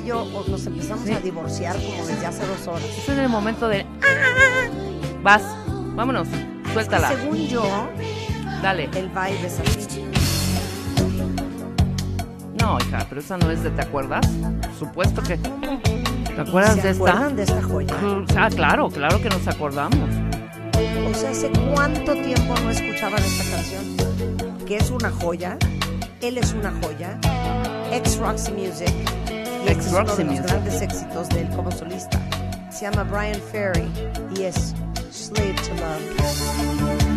y yo nos empezamos a divorciar como desde hace 2 horas. Es en el momento de... Vas, vámonos, suéltala. Según yo, Dale. el vibe es así. No, hija, pero esa no es de ¿te acuerdas? Por supuesto que... ¿Te acuerdas ¿Se de acuerdan de esta joya? Ah, claro que nos acordamos. O sea, ¿hace cuánto tiempo no escuchaban esta canción? Que es una joya, él es una joya, ex-Roxy Music, y este es uno de los grandes éxitos de él como solista. Se llama Brian Ferry y es Slave to Love.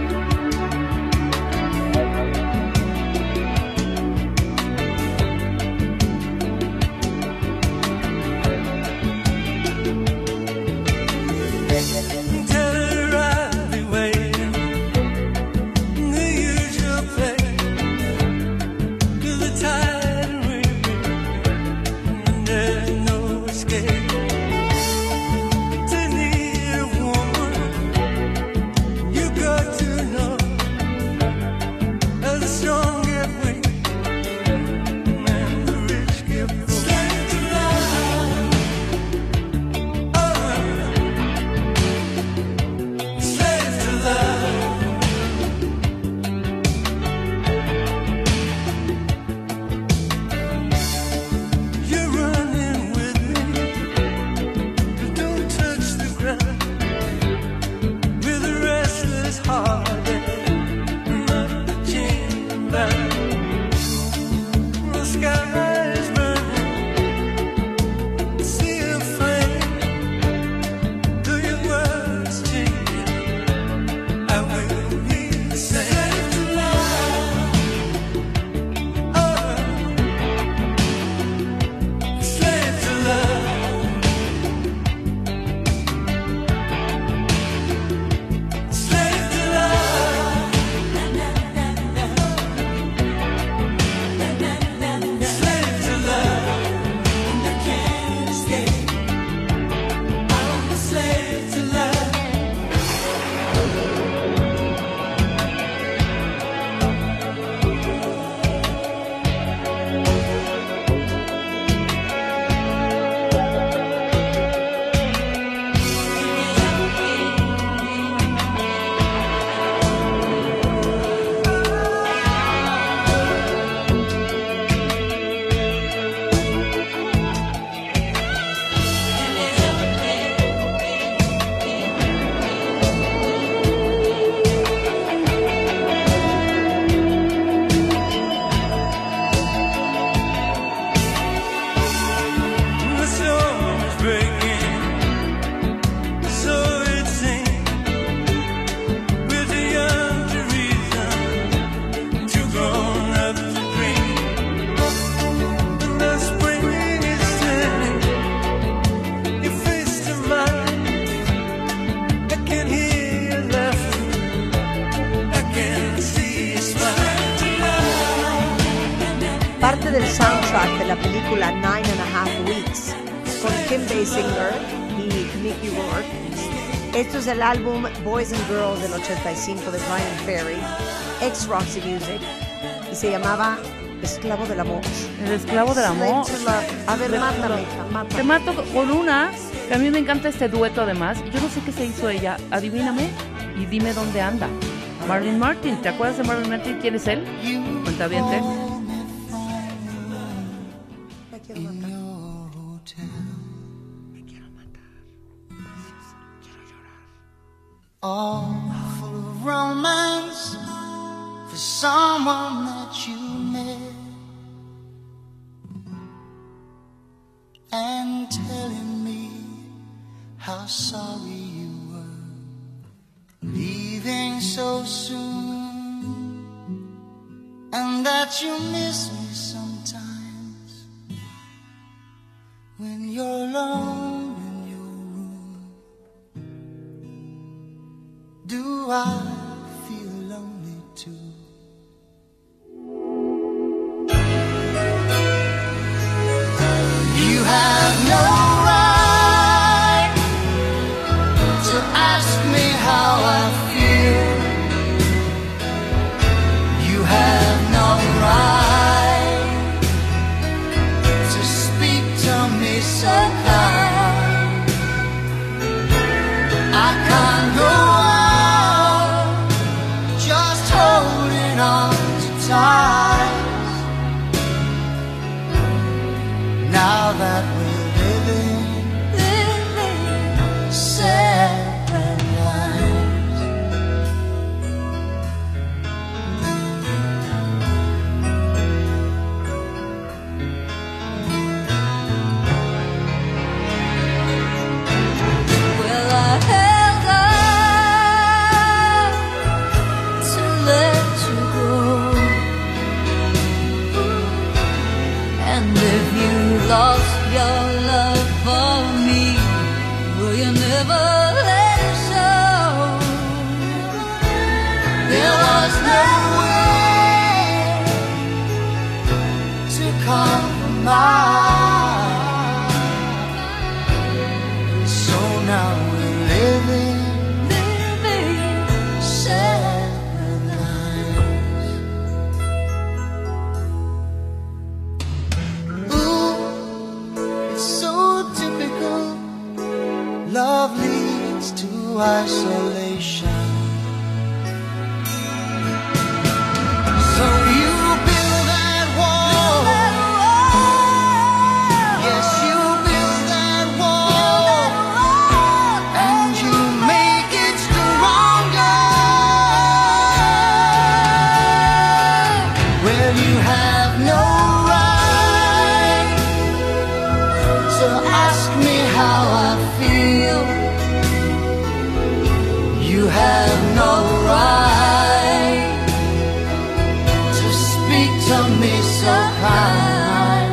Parte del soundtrack de la película 9.5 Weeks con Kim Basinger y Mickey Rourke. Esto es el álbum Boys and Girls del 85 de Brian Ferry, ex-Roxy Music, y se llamaba Esclavo del Amor. El Esclavo del Amor. Slave to Love. A ver, mátame, hija, mátame. Te mato con una, que a mí me encanta este dueto además, y yo no sé qué se hizo ella. Adivíname y dime dónde anda. Marilyn Martin, ¿te acuerdas de Marilyn Martin? ¿Quién es él? Cuentaviente. Me quiero matar. Me quiero matar. Preciosa. Quiero llorar. All full of romance for someone that you met, and telling me how sorry you were leaving so soon, and that you miss me sometimes when you're alone in your room. Do I feel lonely too? You have no right to ask me how I feel. You have no right And if you lost your love for me, will you never let it show? There was no way to compromise. So now we're living separate lives. Ooh, it's so typical. Love leads to isolation. So you build that wall. Yes, you build that wall. And you make it stronger. Well, you have no right to ask me how I feel. You have no right to speak to me so kind.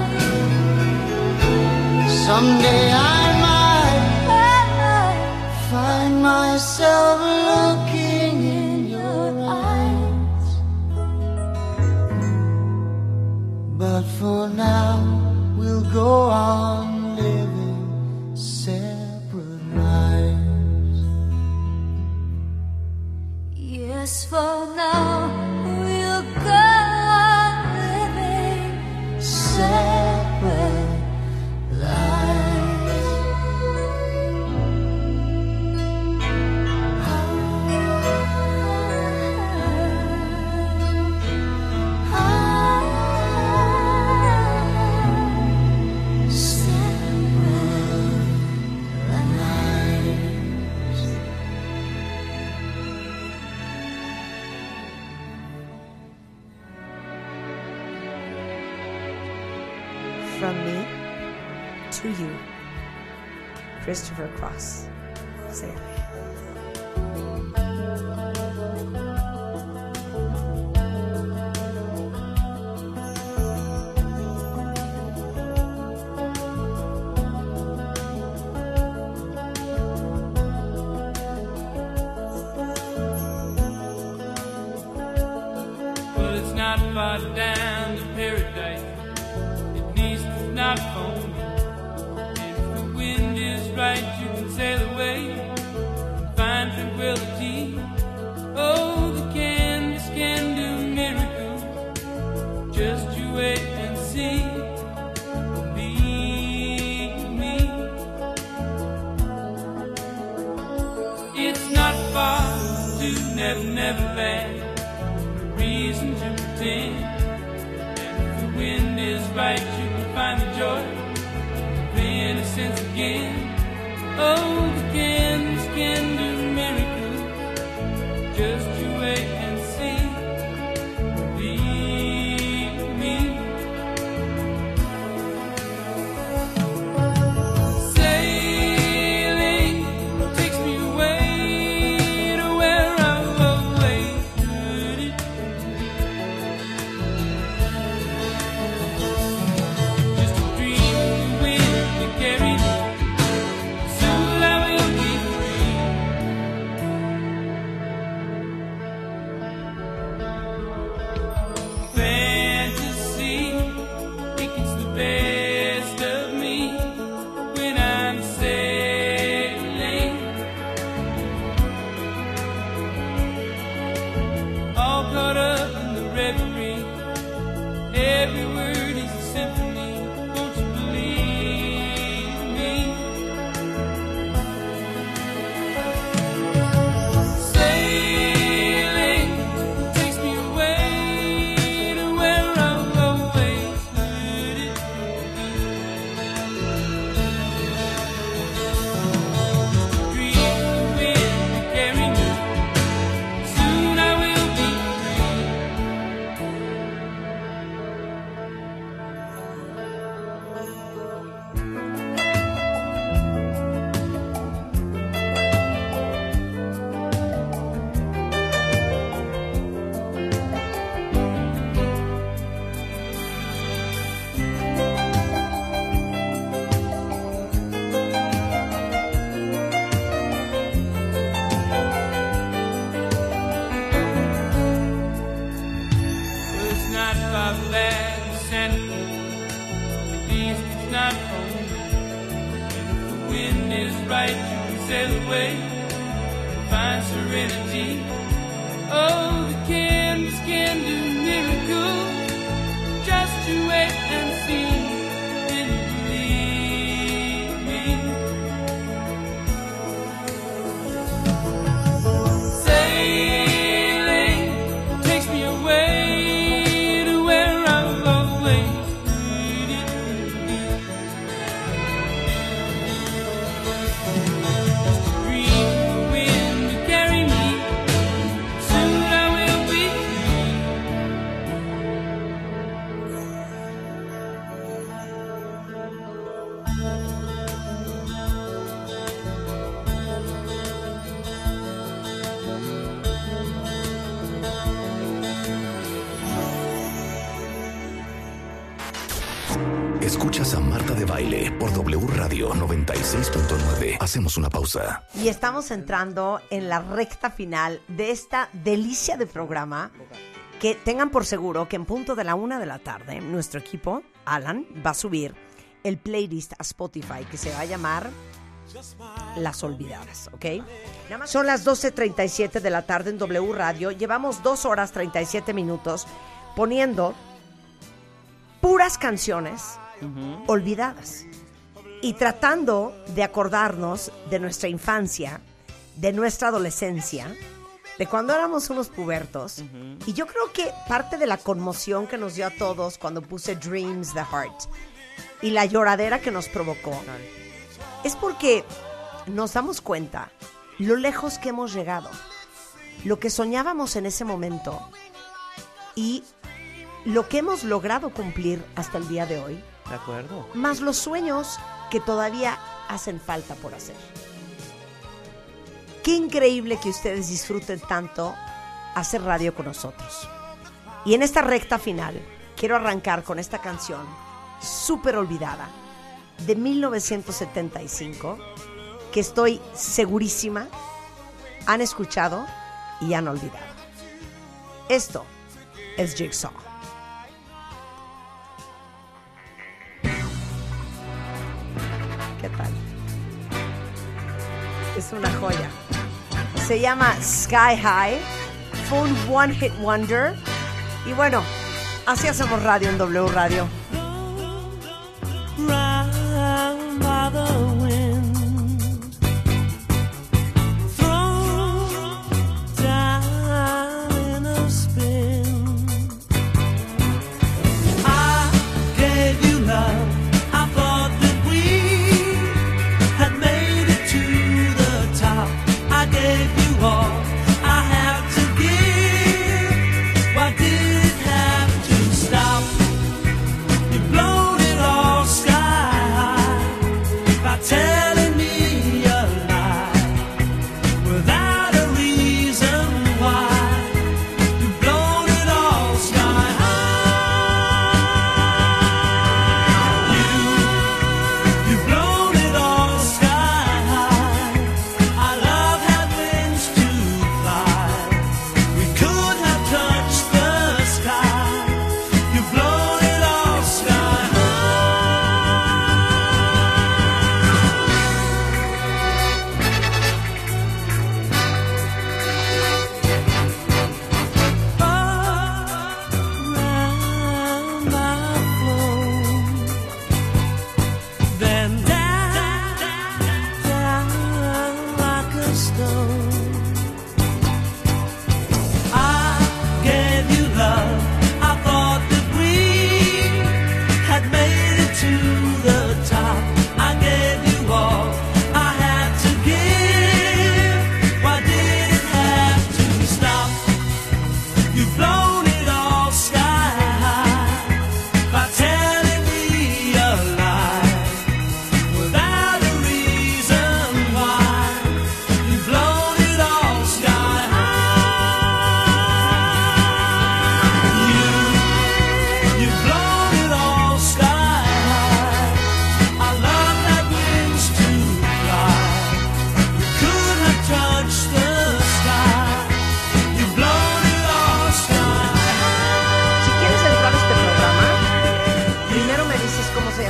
Someday I might find myself looking in your eyes. But for now, we'll go on living separate lives. Yes, for now, we'll go on living separate lives. From me to you, Christopher Cross. Say it. Well, it's not far down to paradise. It needs to knock on me. If the wind is right, you can sail away and find tranquility. Oh, the canvas can do miracles. Just you wait and see. Believe me. It's not far to Never Never Land. Reason to pretend. And if the wind is right, you can find the joy of innocence again. Oh, the canvas can do miracles. Just you wait and see. Believe me. Sailing takes me away to where I've always heard it. Just a dream the wind to carry me. Soon I will be free. not home. And if the wind is right, you can sail away, find serenity. Oh, the canvas can do miracles. Just you wait and see. And believe me. Sailing takes me away to where I've always needed to be. Dream the wind to carry me. Soon I will be Escuchas a Marta de Baile por W Radio 96.9. Hacemos una pausa. Y estamos entrando en la recta final de esta delicia de programa, que tengan por seguro que en punto de la 1 de la tarde nuestro equipo, Alan, va a subir el playlist a Spotify que se va a llamar Las Olvidadas, ¿ok? Son las 12:37 de la tarde en W Radio. Llevamos 2 horas 37 minutos poniendo puras canciones olvidadas y tratando de acordarnos de nuestra infancia, de nuestra adolescencia, de cuando éramos unos pubertos. Y yo creo que parte de la conmoción que nos dio a todos cuando puse Dreams the Heart y la lloradera que nos provocó es porque nos damos cuenta lo lejos que hemos llegado, lo que soñábamos en ese momento y lo que hemos logrado cumplir hasta el día de hoy, De acuerdo. más los sueños que todavía hacen falta por hacer. Qué increíble que ustedes disfruten tanto hacer radio con nosotros. Y en esta recta final quiero arrancar con esta canción súper olvidada de 1975 que estoy segurísima han escuchado y han olvidado. Esto es Jigsaw. ¿Qué tal? Es una joya. Se llama Sky High. Fue un One Hit Wonder. Y bueno, así hacemos radio en W Radio. round by the wind, thrown down in a spin. I gave you love. I thought that we had made it to the top. I gave you all I have to give. Why did it have to stop?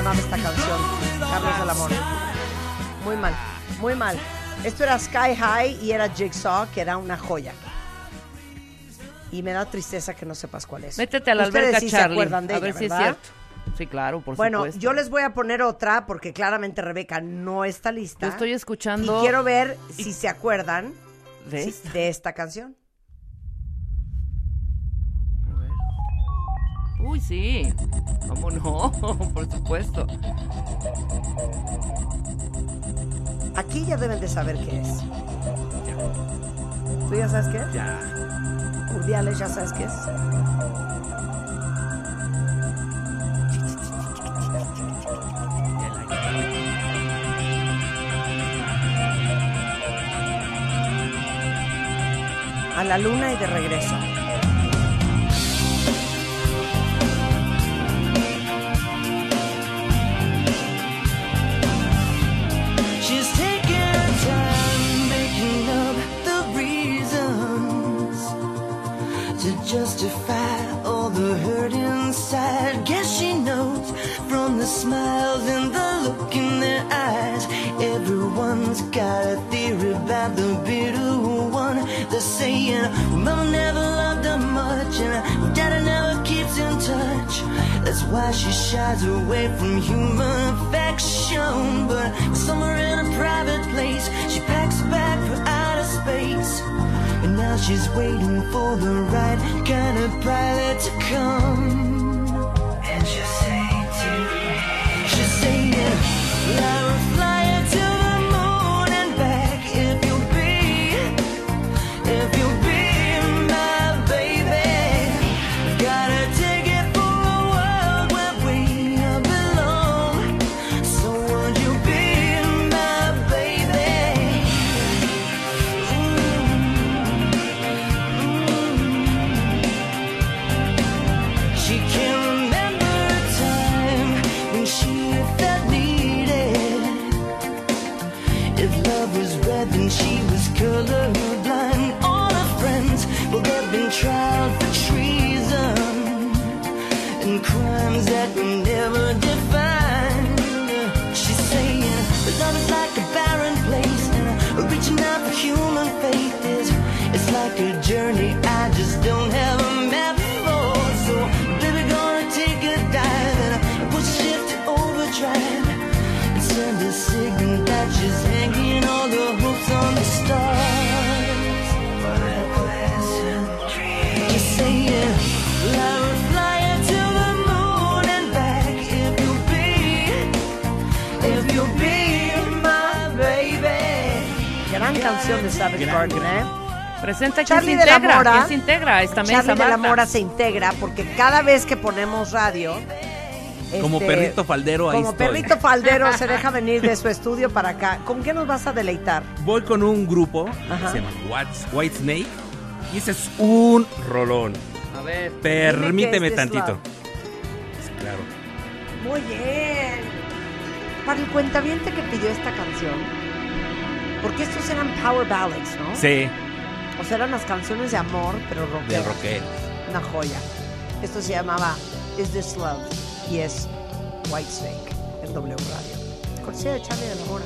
llamaba esta canción, Carlos del Amor. Muy mal, muy mal. Esto era Sky High y era Jigsaw, que era una joya. Y me da tristeza que no sepas cuál es. Métete a la Ustedes alberca, sí Charlie. se acuerdan de A ella, ver si ¿verdad? es cierto. Sí, claro, por Bueno, supuesto. yo les voy a poner otra porque claramente Rebeca no está lista. Yo estoy escuchando. Y quiero ver si se acuerdan ¿De sí, esta? de esta canción. A ver. Uy, sí. ¿Cómo no? Por supuesto. Aquí ya deben de saber qué es. ¿Tú ya sabes qué es? Ya. Urdiales, ¿ya sabes qué es? A la luna y de regreso. She's taking time making up the reasons to justify all the hurt inside. Guess she knows from the smiles and the look in their eyes. Everyone's got a theory about the bitter one. They're saying, well, Mama never loved her much, and Daddy never keeps in touch. That's why she shies away from human affection. But somewhere in a private place, she packs a bag for outer space. And now she's waiting for the right kind of pilot to come. And she'll say to me, she's saying, Lyra, fly her to the moon and back if you'll be my baby. Gotta take it for a world where we belong. So won't you be my baby? She can't remember a time when she felt needed. If love was red, then she was colorblind. All her friends, well, they've been tried for treason and crimes that we never defined. She's saying that love is like a barren place, and reaching out for human faith is it's like a journey I just don't have a map for. So, baby, gonna take a dive and push shift to overdrive and send a signal that she's hanging all the hopes on the stars. What a pleasant dream. Just saying, Lyra, fly her to the moon and back if you'll be my baby. Gran canción de Savage Garden, ¿eh? Presenta quién se Charlie de la integra. Mora. ¿Quién se integra a esta mesa, Charlie de la Marta? Mora se integra porque cada vez que ponemos radio... Como perrito faldero, ahí Como estoy. perrito faldero se deja venir de su estudio para acá. ¿Con qué nos vas a deleitar? Voy con un grupo Ajá. que se llama White Snake y ese es un rolón. A ver. Permíteme Dime qué es This tantito. Love. Claro. Muy bien. Para el cuentaviente que pidió esta canción, porque estos eran power ballads, ¿no? Sí, O sea, eran las canciones de amor, pero del rockeras. rockero. Una joya. Esto se llamaba Is This Love y es Whitesnake en W Radio. Cortesía de Charlie de la Mora.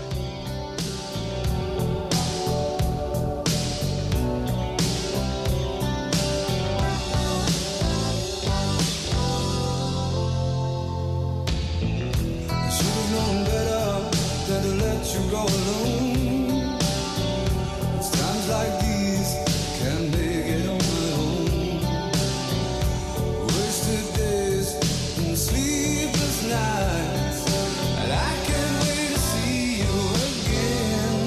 I should have known better than to let you go alone. It's times like these can't make it on my own. Wasted days and sleepless nights, and I can't wait to see you again.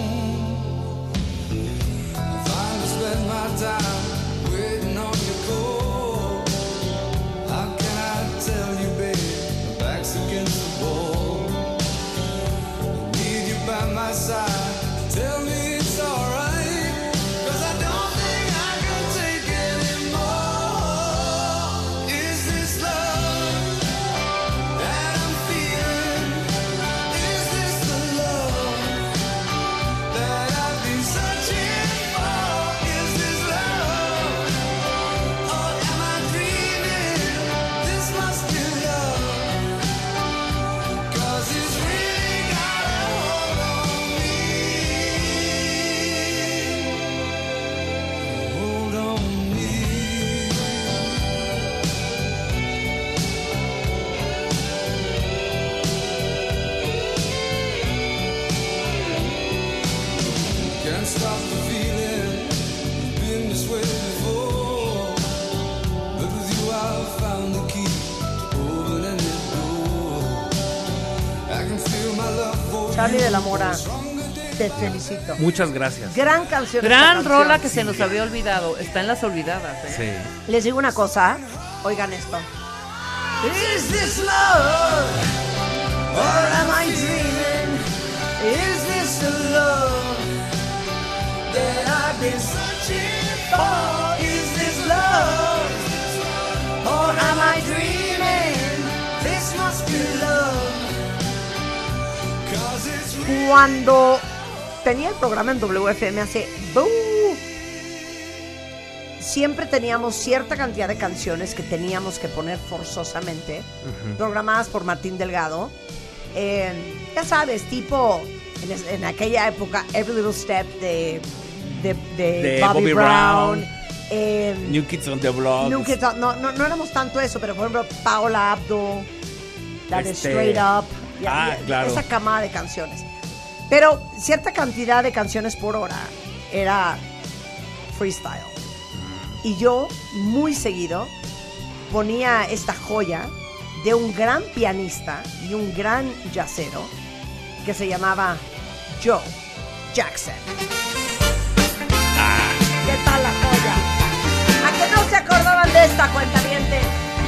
I finally spent my time waiting on your call. How can I tell you, babe? My back's against the wall. I need you by my side. Tell me it's alright, 'cause I don't think I can take anymore. Is this love that I'm feeling? Is this the love that I've been searching for? Is this love, or am I dreaming? This must be love. stop the feeling. It's been this way before, but with you I found the key to opening this door. I can feel my love for Charlie de la Mora, te felicito. Muchas gracias. Gran canción. esta Gran canción. rola que se nos había olvidado. Está en las olvidadas. Sí. Les digo una cosa, oigan esto. Is this love, or am I dreaming? Is this the love that I've been searching for? Is this love, or am I dreaming? This must be love. Cuando tenía el programa en WFM hace... siempre teníamos cierta cantidad de canciones que teníamos que poner forzosamente, programadas por Martín Delgado. Ya sabes, tipo, en aquella época, Every Little Step de Bobby Brown. New Kids on the Block. New Kids on- no éramos tanto eso, pero por ejemplo, Paola Abdul, la de Straight Up. Claro. Esa camada de canciones. Pero cierta cantidad de canciones por hora era freestyle. Y yo, muy seguido, ponía esta joya de un gran pianista y un gran jazzero que se llamaba Joe Jackson. ¿Qué tal la joya? ¿A que no se acordaban de esta, cuentavientes?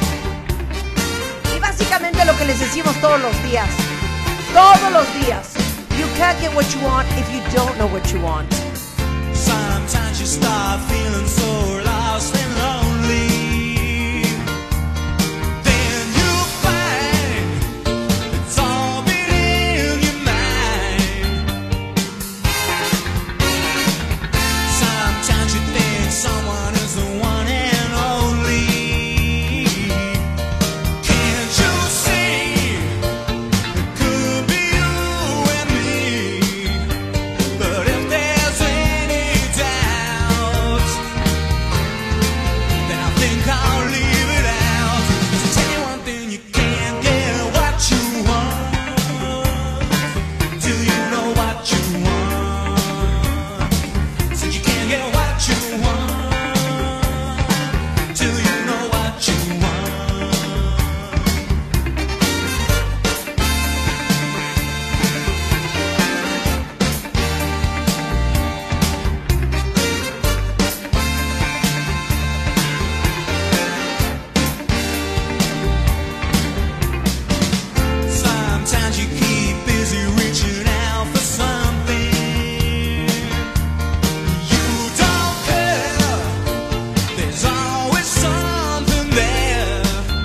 Y básicamente lo que les decimos todos los días. Todos los días. You can't get what you want if you don't know what you want. Sometimes you start feeling so lost and lonely. Then you find it's all been in your mind. Sometimes you think someone is the one and only. Can't you see it could be you and me? But if there's any doubt, then I think I'll leave it out. So tell you one thing, you can't get what you want till you know what you want. So you can't get what you want till you know what you want. Sometimes you keep busy reaching out for something you don't care. There's always something there.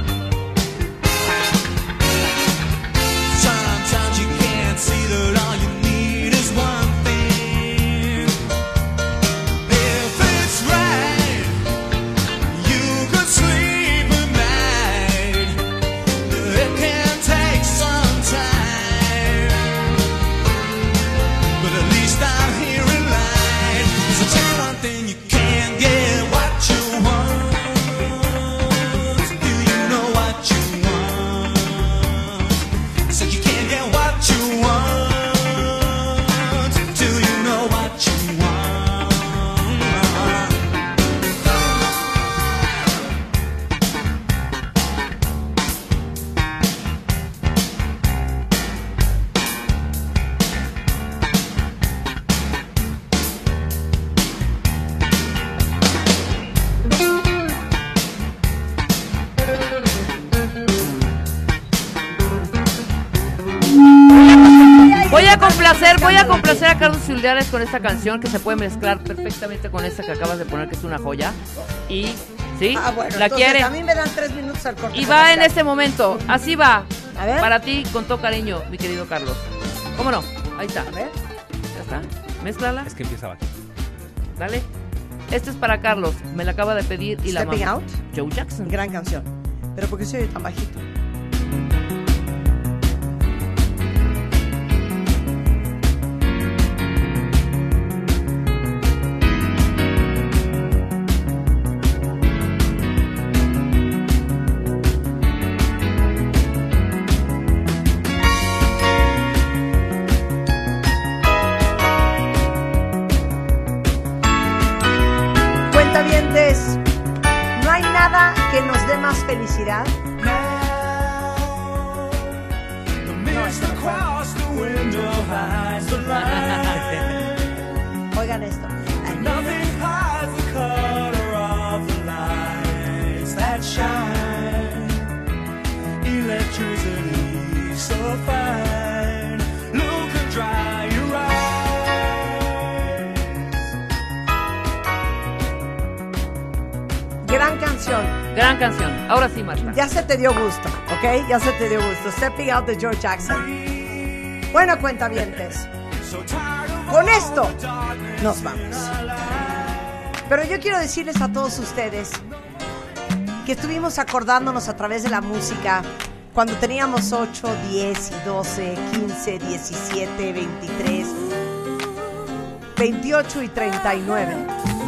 Sometimes you can't see that all you need is one thing. If it's right, you could sleep at night. It can take some time, but at least I'm hearing right. So tell you one thing, you can't get what you want. Do you know what you want? So you can't get what you want. Do you know what you want? Voy a complacer a Carlos Uldiares con esta canción que se puede mezclar perfectamente con esta que acabas de poner, que es una joya. Y, ¿sí? Bueno, ¿La entonces, quiere? a mí me dan 3 minutos al corte. Y va en comercial. este momento. Así va. A ver. Para ti, con todo cariño, mi querido Carlos. ¿Cómo no? Ahí está. A ver. Ya está. Mézclala. Es que empieza abajo. Dale. Este es para Carlos. Me la acaba de pedir y la Stepping mamá. Out. Joe Jackson. Gran canción. Pero ¿por qué se oye tan bajito? window hides the light. Oigan esto. And nothing hides the color of the lights that shine. Electricity so fine. Look and dry your eyes. Gran canción. Gran canción. Ahora sí, Marta. Ya se te dio gusto, ¿ok? Ya se te dio gusto. Stepping Out de George Jackson. Bueno, cuentavientes, con esto nos vamos. Pero yo quiero decirles a todos ustedes que estuvimos acordándonos a través de la música cuando teníamos 8, 10, 12, 15, 17, 23, 28 y 39.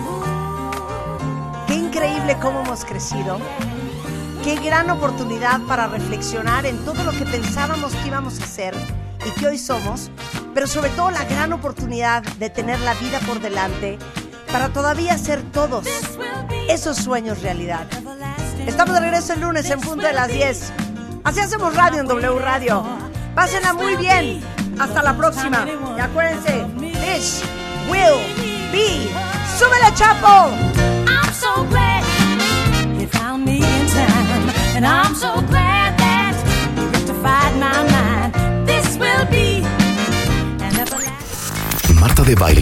Qué increíble cómo hemos crecido. Qué gran oportunidad para reflexionar en todo lo que pensábamos que íbamos a hacer y que hoy somos, pero sobre todo la gran oportunidad de tener la vida por delante para todavía hacer todos esos sueños realidad. Estamos de regreso el lunes en punto de las 10. Así hacemos radio en W Radio. Pásenla muy bien. Hasta la próxima. Y acuérdense, this will be. ¡Súbele, Chapo! I'm so glad you found me in time, and I'm so glad that you rectified my mind. This will be an everlasting. Marta de Baile.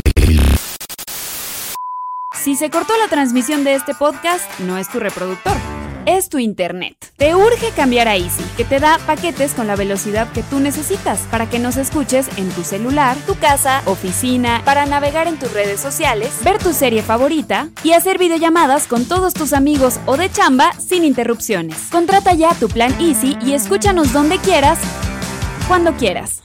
Si se cortó la transmisión de este podcast, no es tu reproductor, es tu internet. Te urge cambiar a Easy, que te da paquetes con la velocidad que tú necesitas para que nos escuches en tu celular, tu casa, oficina, para navegar en tus redes sociales, ver tu serie favorita y hacer videollamadas con todos tus amigos o de chamba sin interrupciones. Contrata ya tu plan Easy y escúchanos donde quieras, cuando quieras.